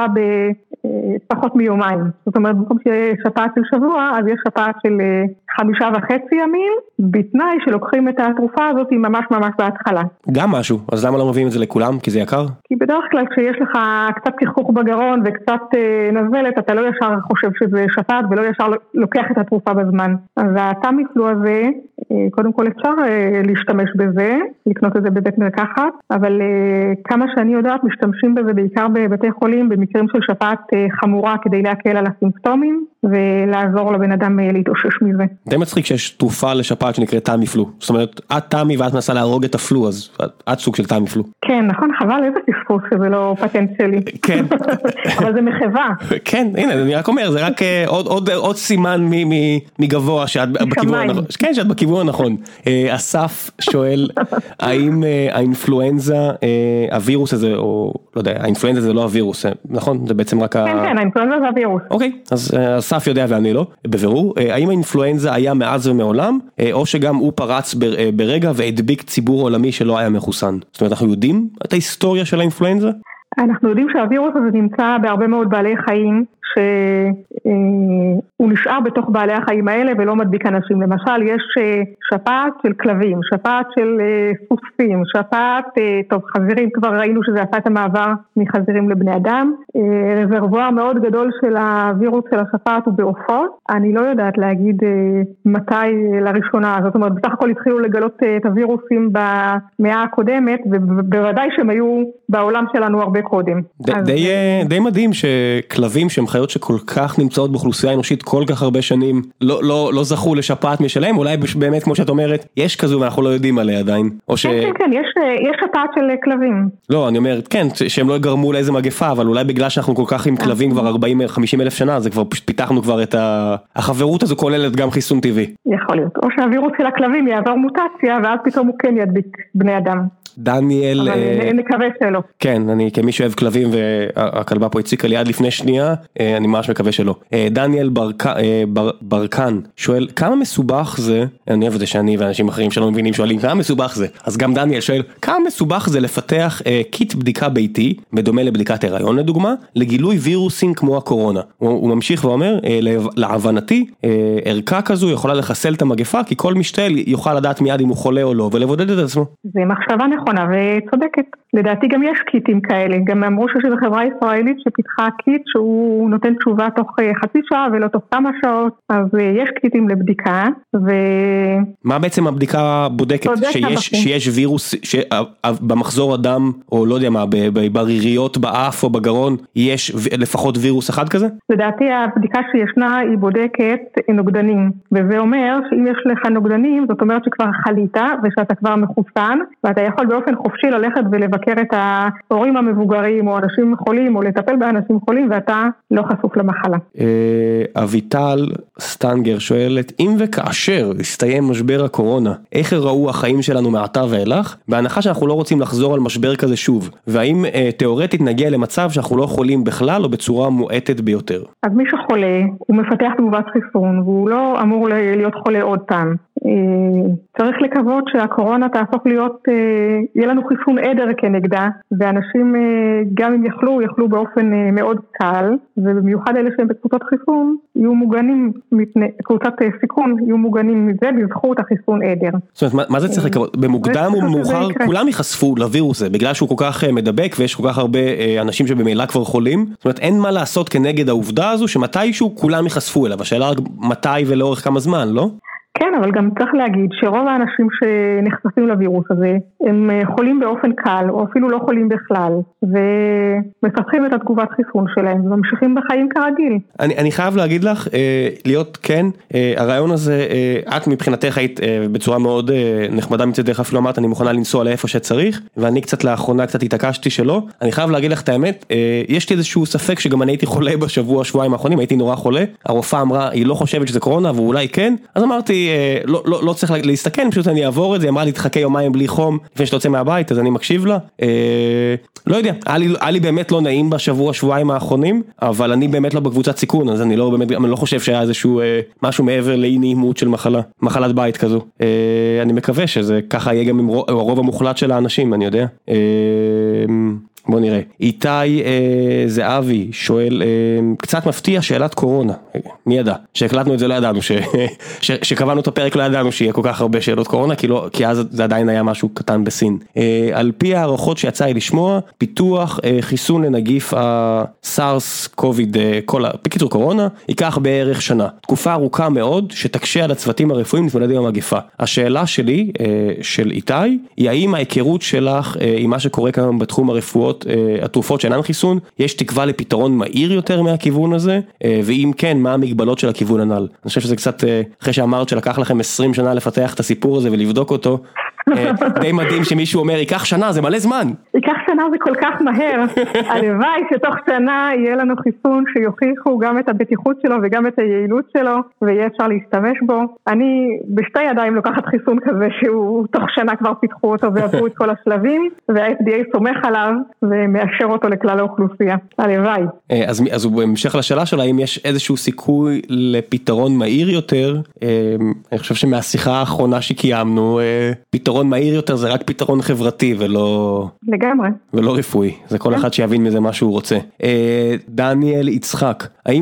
בפחות מיומיים, זאת אומרת במקום שיש שפעת של שבוע, אז יש שפעת של 5.5 ימים, בתנאי שלוקחים את התרופה הזאת ממש בהתחלה. גם משהו, אז למה לא מביאים את זה לכולם? כי זה יקר? כי בדרך כלל כשיש לך קצת כחכוך בגרון וקצת נזלת, אתה לא ישר חושב שזה שפעת ולא ישר לוקח את התרופה בזמן. אז הטמיפלו הזה, קודם כל אפשר להשתמש בזה, לקנות את זה בבית מרקחת, אבל כמה שאני יודעת משתמשים בזה בעיקר בבתי חולים, במקרים של שפעת חמורה כדי להקל על הסימפטומים, ולעזור לבן אדם להתאושש מזה. די מצחיק שיש תרופה לשפעת שנקראת טמיפלו, זאת אומרת, את טמי ואת מנסה להרוג את הפלו, אז את סוג של טמיפלו. כן, נכון, חבל איזה פספוס שזה לא פטנט שלי. כן. אבל זה מחווה. כן, הנה, אני רק אומר, זה רק עוד סימן מגבוה שאת בכיוון הנכון. כן, שאת בכיוון הנכון. אסף שואל, האם האינפלואנזה, הווירוס הזה, או לא יודע, האינפלואנזה זה לא הווירוס, נכון? זה בעצם רק כן, האינפלואנזה זה הווירוס. אוקיי, אז אסף יודע ואני לא, בבירור, האם האינפלואנזה היה מאז ומעולם, או שגם הוא פרץ ברגע והדביק ציבור עולמי שלא היה מחוסן? זאת אומרת, אנחנו יודעים את ההיסטוריה של האינפלואנזה? אנחנו יודעים שהווירוס הזה נמצא בהרבה מאוד בעלי חיים, שהוא נשאר בתוך בעלי החיים האלה ולא מדביק אנשים. למשל, יש שפעת של כלבים, שפעת של סוסים, שפעת, טוב, חזירים, כבר ראינו שזה עשה את המעבר מחזירים לבני אדם. רזרבואר מאוד גדול של הווירוס של השפעת הוא בעופות. אני לא יודעת להגיד מתי לראשונה, זאת אומרת, בסך הכל התחילו לגלות את הווירוסים במאה הקודמת, ובוודאי שהם היו בעולם שלנו הרבה קודם. די מדהים שכלבים שהם חיות שכל כך נמצאות באוכלוסייה האנושית כל כך הרבה שנים, לא זכו לשפעת משלהם, אולי באמת כמו שאת אומרת, יש כזו ואנחנו לא יודעים עליה עדיין. כן, יש שפעת של כלבים. לא, אני אומר, כן, שהם לא גרמו לאיזה מגפה, אבל אולי בגלל שאנחנו כל כך עם כלבים כבר 40-50 אלף שנה, זה כבר פשוט פיתחנו כבר את החברות הזו כוללת גם חיסון טבעי. יכול להיות, או שהווירוס של הכלבים יעבור מוטציה, ואז פתאום הוא כן ידביק בני אדם. דניאל, אבל נקווה שלא. כן, אני כמי שאוהב כלבים והכלבה פה הציקה לי עד לפני שנייה, אני ממש מקווה שלא. דניאל ברקן שואל, כמה מסובך זה, אני אוהב את זה שאני ואנשים אחרים שלא מבינים שואלים, כמה מסובך זה? אז גם דניאל שואל, כמה מסובך זה לפתח קיט בדיקה ביתי, בדומה לבדיקת הריון לדוגמה, לגילוי וירוסים כמו הקורונה. הוא ממשיך ואומר, להבנתי, ערכה כזו יכולה לחסל את המגפה, כי כל משתל יוכל לדעת מיד אם הוא חולה או לא, ולבודד את עצמו. זה מחשבה נכונה וצודקת. לדעתי גם יש קיטים כאלה, גם אמרו שזו חברה ישראלית שפיתחה קיט שהוא נותן תשובה תוך חצי שעה ולא תוך כמה שעות, אז יש קיטים לבדיקה. מה בעצם הבדיקה בודקת? שיש וירוס במחזור הדם, או לא יודע מה, בריריות באף או בגרון, יש לפחות וירוס אחד כזה? לדעתי הבדיקה שישנה היא בודקת נוגדנים, וזה אומר שאם יש לך נוגדנים, זאת אומרת שכבר חלית ושאתה כבר מחוסן, ואתה יכול באופן חופשי ללכת ולבקר את ההורים המבוגרים או אנשים חולים או לטפל באנשים חולים ואתה לא חשוף למחלה. אביטל סטנגר שואלת, אם וכאשר הסתיים משבר הקורונה, איך ראו החיים שלנו מעתה ואילך? בהנחה שאנחנו לא רוצים לחזור על משבר כזה שוב, והאם תיאורטית נגיע למצב שאנחנו לא חולים בכלל או בצורה מועטת ביותר? אז מי שחולה הוא מפתח תגובת חיסון והוא לא אמור להיות חולה עוד פעם. צריך לקוות שהקורונה תהפוך להיות, יהיה לנו חיסון עדר כנגדה, ואנשים גם אם יחלו באופן מאוד קל, ובמיוחד אלה שהם בקבוצות חיסון, יהיו מוגנים, קבוצת סיכון, יהיו מוגנים מזה בזכות החיסון עדר. זאת אומרת, מה זה צריך לקוות? במוקדם ומאוחר כולם ייחשפו לווירוס הזה, בגלל שהוא כל כך מדבק ויש כל כך הרבה אנשים שבמילא כבר חולים, זאת אומרת, אין מה לעשות כנגד העובדה הזו שמתישהו כולם ייחשפו אליו, השאלה מתי ולאורך כמה זמן, לא? כן, אבל גם צריך להגיד שרוב האנשים שנחשפים לווירוס הזה, הם חולים באופן קל, או אפילו לא חולים בכלל, ומפתחים את התגובת חיסון שלהם, וממשיכים בחיים כרגיל. אני חייב להגיד לך, להיות כן, הרעיון הזה, את מבחינתך היית בצורה מאוד נחמדה מצדך, אפילו אמרת, אני מוכנה לנסוע לאיפה שצריך, ואני קצת לאחרונה קצת התעקשתי שלא, אני חייב להגיד לך את האמת, יש לי איזשהו ספק שגם אני הייתי חולה בשבוע, שבועיים האחרונים, הייתי נורא חולה, הרופאה אמרה, היא לא חושבת שזה קורונה, ואולי כן, אז אמרתי, לא צריך להסתכן, פשוט אני אעבור את זה, אמרה לי, תחכה יומיים בלי חום, לפני שאתה יוצא מהבית, אז אני מקשיב לה, לא יודע, היה לי באמת לא נעים בשבוע, שבועיים האחרונים, אבל אני באמת לא בקבוצת סיכון, אז אני לא חושב שהיה איזשהו משהו מעבר לאי נעימות של מחלת בית כזו, אני מקווה שזה ככה יהיה גם עם הרוב המוחלט של האנשים, אני יודע. בוא נראה, איתי זהבי שואל, קצת מפתיע שאלת קורונה, מי ידע? שהקלטנו את זה לא ידענו, שקבענו את הפרק לא ידענו שיהיה כל כך הרבה שאלות קורונה, כי אז זה עדיין היה משהו קטן בסין. על פי הערכות שיצא לי לשמוע, פיתוח חיסון לנגיף הסארס קוביד, בקיצור קורונה, ייקח בערך שנה. תקופה ארוכה מאוד שתקשה על הצוותים הרפואיים להתמודד עם המגפה. השאלה שלי, של איתי, היא האם ההיכרות שלך עם מה שקורה כאן בתחום הרפואות, התרופות שאינן חיסון, יש תקווה לפתרון מהיר יותר מהכיוון הזה, ואם כן, מה המגבלות של הכיוון הנ"ל? אני חושב שזה קצת, אחרי שאמרת שלקח לכם 20 שנה לפתח את הסיפור הזה ולבדוק אותו, די מדהים שמישהו אומר, ייקח שנה, זה מלא זמן. ייקח שנה זה כל כך מהר, הלוואי שתוך שנה יהיה לנו חיסון שיוכיחו גם את הבטיחות שלו וגם את היעילות שלו, ויהיה אפשר להשתמש בו. אני בשתי ידיים לוקחת חיסון כזה שהוא תוך שנה כבר פיתחו אותו ועברו את כל השלבים, וה-FDA סומך עליו ומאשר אותו לכלל האוכלוסייה. הלוואי. אז הוא בהמשך לשאלה שלה, אם יש איזשהו סיכוי לפתרון מהיר יותר, אני חושב שמהשיחה האחרונה שקיימנו, פתרון מהיר יותר זה רק פתרון חברתי ולא... לגמרי. ולא רפואי. זה כל אחד שיבין מזה מה שהוא רוצה. דניאל יצחק, האם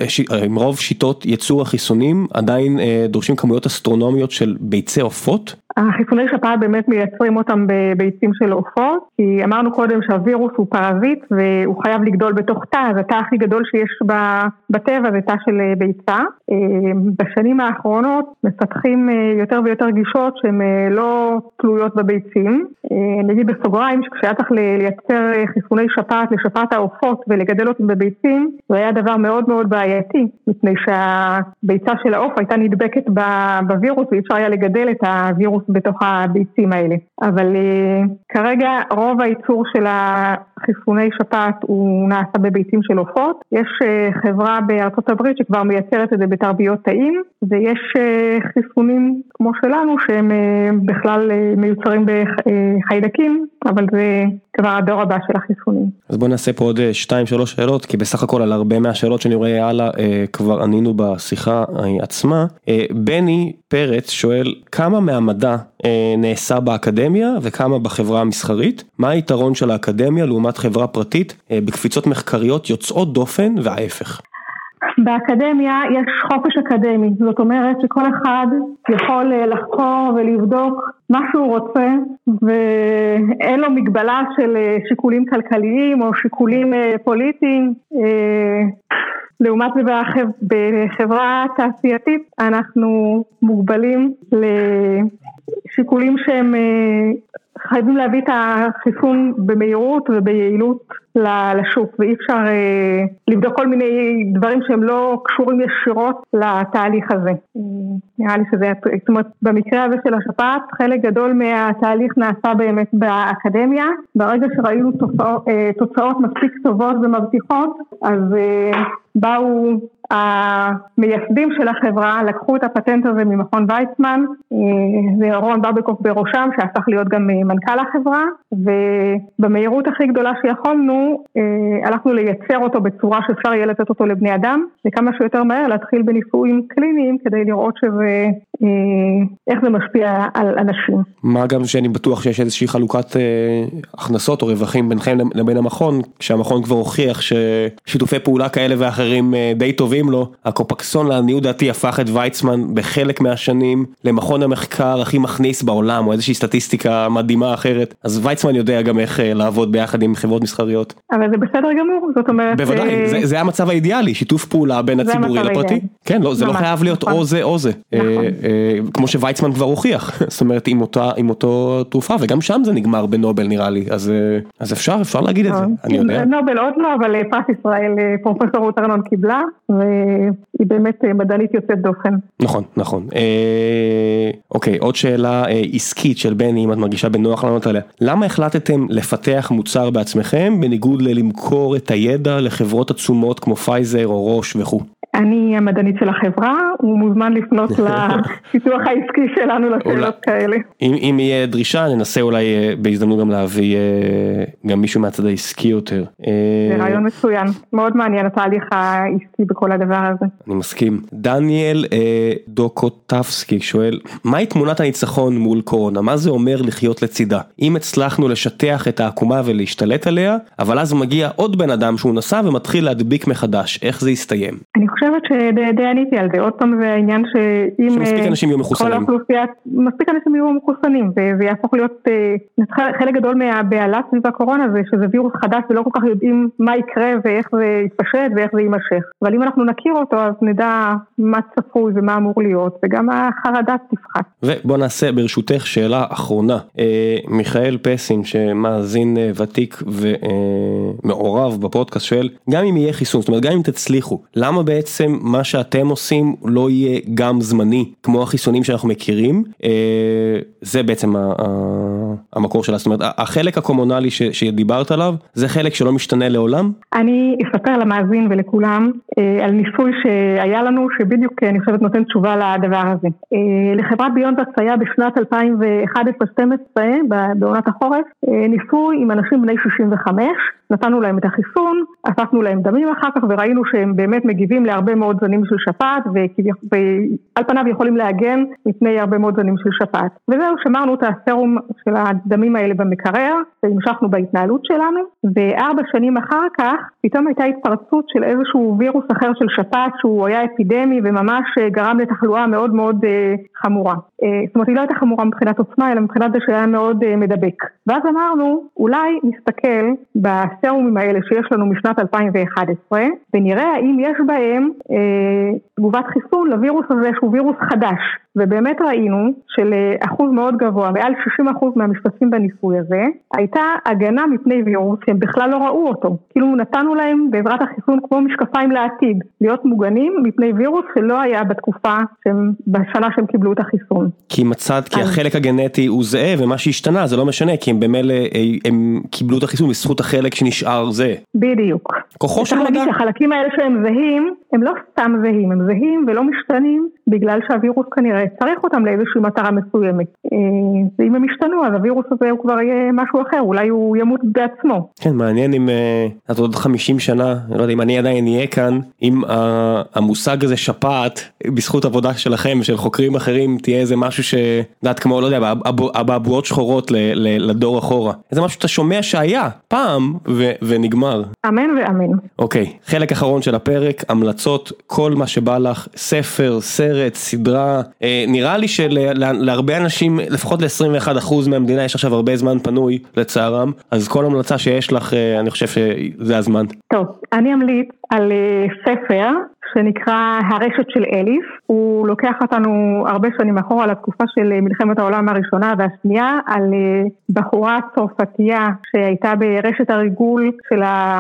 רוב שיטות ייצור החיסונים עדיין דורשים כמויות אסטרונומיות של ביצי עופות? החיסוני שפעת באמת מייצרים אותם בביצים של עופות, כי אמרנו קודם שהווירוס הוא פרזיט והוא חייב לגדול בתוך תא, אז התא הכי גדול שיש בטבע זה תא של ביצה. בשנים האחרונות מפתחים יותר ויותר גישות שהן לא תלויות בביצים. נגיד בסוגריים שכשהיה צריך לייצר חיסוני שפעת לשפעת העופות ולגדל אותם בביצים, זה היה דבר מאוד מאוד בעייתי, מפני שהביצה של העוף הייתה נדבקת בווירוס ואי אפשר היה לגדל את הווירוס בתוך הביצים האלה. אבל כרגע רוב הייצור של החיסוני שפעת הוא נעשה בביצים של עופות. יש חברה בארצות הברית שכבר מייצרת את זה בתרביות תאים, ויש חיסונים כמו שלנו שהם בכלל מיוצרים בחיידקים, אבל זה כבר הדור הבא של החיסונים. אז בוא נעשה פה עוד 2-3 שאלות, כי בסך הכל על הרבה מהשאלות שאני רואה הלאה כבר ענינו בשיחה עצמה. בני פרץ שואל, כמה מהמדע נעשה באקדמיה וכמה בחברה המסחרית? מה היתרון של האקדמיה לעומת חברה פרטית בקפיצות מחקריות יוצאות דופן וההפך? באקדמיה יש חופש אקדמי, זאת אומרת שכל אחד יכול לחקור ולבדוק מה שהוא רוצה, ואין לו מגבלה של שיקולים כלכליים או שיקולים פוליטיים. לעומת זה בחברה תעשייתית אנחנו מוגבלים לשיקולים שהם חייבים להביא את החיסון במהירות וביעילות לשוק, ואי אפשר לבדוק כל מיני דברים שהם לא קשורים ישירות לתהליך הזה. נראה לי שזה, זאת אומרת, במקרה הזה של השפעת, חלק גדול מהתהליך נעשה באמת באקדמיה. ברגע שראינו תוצאות מספיק טובות ומבטיחות, אז באו המייסדים של החברה, לקחו את הפטנט הזה ממכון ויצמן, ורון בבקוף בראשם, שהפך להיות גם מנכ"ל החברה, ובמהירות הכי גדולה שיכולנו, הלכנו לייצר אותו בצורה שאפשר יהיה לתת אותו לבני אדם, וכמה שיותר מהר להתחיל בניסויים קליניים, כדי לראות שזה, איך זה משפיע על אנשים. מה גם שאני בטוח שיש איזושהי חלוקת הכנסות או רווחים ביניכם לבין המכון, כשהמכון כבר הוכיח ששיתופי פעולה כאלה ואחרים די טובים לו, הקופקסון לעניות דעתי הפך את ויצמן בחלק מהשנים למכון המחקר הכי מכניס בעולם, או איזושהי סטטיסטיקה מדהימה אחרת, אז ויצמן יודע גם איך לעבוד ביחד עם חברות מסחריות. אבל זה בסדר גמור, זאת אומרת... בוודאי, זה המצב האידיאלי, שיתוף פעולה בין הציבורי לפרטי. כן, לא, זה לא חייב להיות או זה או זה. כמו שוויצמן כבר הוכיח, זאת אומרת עם אותו תרופה, וגם שם זה נגמר בנובל נראה לי, אז אפשר להגיד את זה, אני יודע. נובל עוד לא, אבל פרס ישראל פרופסור רות ארנון קיבלה, והיא באמת מדענית יוצאת דופן. נכון. אוקיי, עוד שאלה עסקית של בני, אם את מרגישה בנוח לענות עליה. למה החלטתם לפתח מוצר בעצמכם, בניגוד ללמכור את הידע לחברות עצומות כמו פייזר או רוש וכו'? אני המדענית של החברה, הוא מוזמן לפנות לפיתוח העסקי שלנו לשאלות כאלה. אם יהיה דרישה, ננסה אולי בהזדמנות גם להביא גם מישהו מהצד העסקי יותר. זה רעיון מצוין, מאוד מעניין התהליך העסקי בכל הדבר הזה. אני מסכים. דניאל דוקוטבסקי שואל, מהי תמונת הניצחון מול קורונה? מה זה אומר לחיות לצידה? אם הצלחנו לשטח את העקומה ולהשתלט עליה, אבל אז מגיע עוד בן אדם שהוא נסע ומתחיל להדביק מחדש, איך זה יסתיים? אני חושבת שדי עניתי על זה, עוד פעם זה העניין שאם שמספיק אנשים יהיו מחוסנים. מספיק אנשים יהיו מחוסנים, וזה יהפוך להיות חלק גדול מהבעלה סביב הקורונה, זה שזה וירוס חדש ולא כל כך יודעים מה יקרה ואיך זה יתפשט ואיך זה יימשך. אבל אם אנחנו נכיר אותו, אז נדע מה צפוי ומה אמור להיות, וגם החרדה תפחת. ובוא נעשה ברשותך שאלה אחרונה. מיכאל פסין, שמאזין ותיק ומעורב בפודקאסט, שואל, גם אם יהיה חיסון, זאת אומרת, גם אם תצליחו, למה בעצם מה שאתם עושים לא יהיה גם זמני, כמו החיסונים שאנחנו מכירים? זה בעצם המקור שלה, זאת אומרת, החלק הקומונלי שדיברת עליו, זה חלק שלא משתנה לעולם? אני אספר למאזין ולכולם על ניסוי שהיה לנו, שבדיוק אני חושבת נותן תשובה לדבר הזה. לחברת ביונדקס היה בשנת 2011-2012, בעונת החורף, ניסוי עם אנשים בני 65, נתנו להם את החיסון, אספנו להם דמים אחר כך, וראינו שהם באמת מגיבים הרבה מאוד זנים של שפעת, ועל פניו יכולים להגן מפני הרבה מאוד זנים של שפעת. וזהו, שמרנו את הסרום של הדמים האלה במקרר, והמשכנו בהתנהלות שלנו, ו4 שנים אחר כך, פתאום הייתה התפרצות של איזשהו וירוס אחר של שפעת, שהוא היה אפידמי, וממש גרם לתחלואה מאוד מאוד חמורה. זאת אומרת, היא לא הייתה חמורה מבחינת עוצמה, אלא מבחינת זה שהיה מאוד מדבק. ואז אמרנו, אולי נסתכל בסרומים האלה שיש לנו משנת 2011, ונראה האם יש בהם תגובת חיסון לווירוס הזה שהוא וירוס חדש. ובאמת ראינו שלאחוז מאוד גבוה, מעל 60% מהמשתתפים בניסוי הזה, הייתה הגנה מפני וירוס שהם בכלל לא ראו אותו. כאילו נתנו להם בעזרת החיסון כמו משקפיים לעתיד, להיות מוגנים מפני וירוס שלא היה בתקופה בשנה שהם קיבלו את החיסון. כי מצאת, כי החלק הגנטי הוא זהה, ומה שהשתנה זה לא משנה, כי הם במילא, הם קיבלו את החיסון בזכות החלק שנשאר זה. בדיוק. כוחו של מדע. צריך להגיד שהחלקים האלה שהם זהים, הם לא סתם זהים, הם זהים ולא משתנים, בגלל שהווירוס כנראה צריך אותם לאיזושהי מטרה מסוימת. ואם הם ישתנו, אז הווירוס הזה הוא כבר יהיה משהו אחר, אולי הוא ימות בעצמו. כן, מעניין אם את עוד 50 שנה, אני לא יודע אם אני עדיין אהיה כאן, אם המושג הזה שפעת, בזכות עבודה שלכם, של חוקרים אחרים, תהיה איזה משהו שדעת כמו, לא יודע, אבעבועות שחורות לדור אחורה. איזה משהו שאתה שומע שהיה, פעם, ונגמר. אמן ואמן. אוקיי, חלק אחרון של הפרק, המלצות, כל מה שבא לך, ספר, סרט, סדרה, נראה לי שלהרבה אנשים, לפחות ל21% מהמדינה, יש עכשיו הרבה זמן פנוי, לצערם, אז כל המלצה שיש לך, אני חושב שזה הזמן. טוב, אני אמליץ על ספר, שנקרא הרשת של אליף, הוא לוקח אותנו הרבה שנים אחורה לתקופה של מלחמת העולם הראשונה והשנייה, על בחורה צרפתייה שהייתה ברשת הריגול של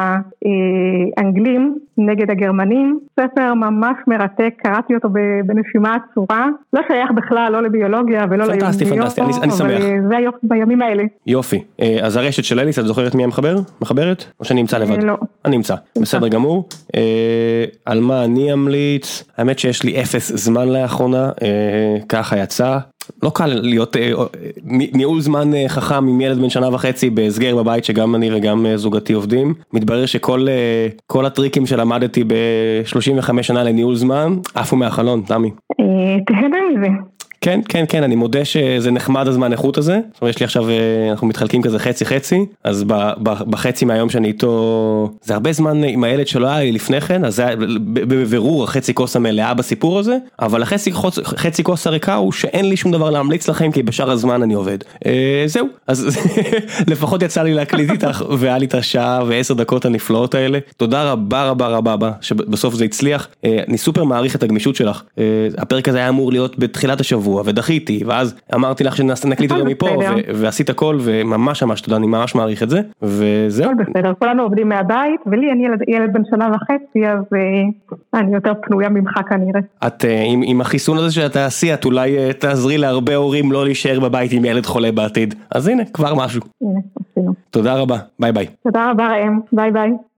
האנגלים נגד הגרמנים, ספר ממש מרתק, קראתי אותו בנשימה עצורה, לא שייך בכלל, לא לביולוגיה ולא פנטסטי, פנטסטי, אני שמח. זה היופי בימים האלה. יופי, אז הרשת של אליף, את זוכרת מי מחברת? או שאני אמצא לבד? לא. אני אמצא, בסדר גמור. על מה אני אמליץ? האמת שיש לי 0 זמן לאחרונה, ככה יצא. לא קל להיות ניהול זמן חכם עם ילד בן 1.5 שנה בהסגר בבית שגם אני וגם זוגתי עובדים. מתברר שכל הטריקים שלמדתי ב-35 שנה לניהול זמן, עפו מהחלון, תמי. תהנה מזה. כן, כן, כן, אני מודה שזה נחמד הזמן איכות הזה, זאת אומרת, יש לי עכשיו, אנחנו מתחלקים כזה חצי, אז בחצי מהיום שאני איתו, זה הרבה זמן עם הילד שלא היה לי לפני כן, אז זה היה בבירור החצי כוס המלאה בסיפור הזה, אבל החצי כוס הריקה הוא שאין לי שום דבר להמליץ לכם, כי בשאר הזמן אני עובד. זהו, אז לפחות יצא לי להקליט איתך, והיה לי את השעה ו10 דקות הנפלאות האלה, תודה רבה רבה רבה, שבסוף זה הצליח, אני סופר מעריך את הגמישות שלך, הפרק הזה היה אמור להיות בתחילת השבוע, ודחיתי, ואז אמרתי לך שנקליט אותו מפה, ועשית הכל, וממש ממש תודה, אני ממש מעריך את זה, וזהו. הכל בסדר, כולנו עובדים מהבית, ולי אני ילד בן 1.5 שנה, אז אני יותר פנויה ממך כנראה. את, עם החיסון הזה שאתה עשי, את אולי תעזרי להרבה הורים לא להישאר בבית עם ילד חולה בעתיד, אז הנה, כבר משהו. הנה, עשינו. תודה רבה, ביי ביי. תודה רבה ראם, ביי ביי.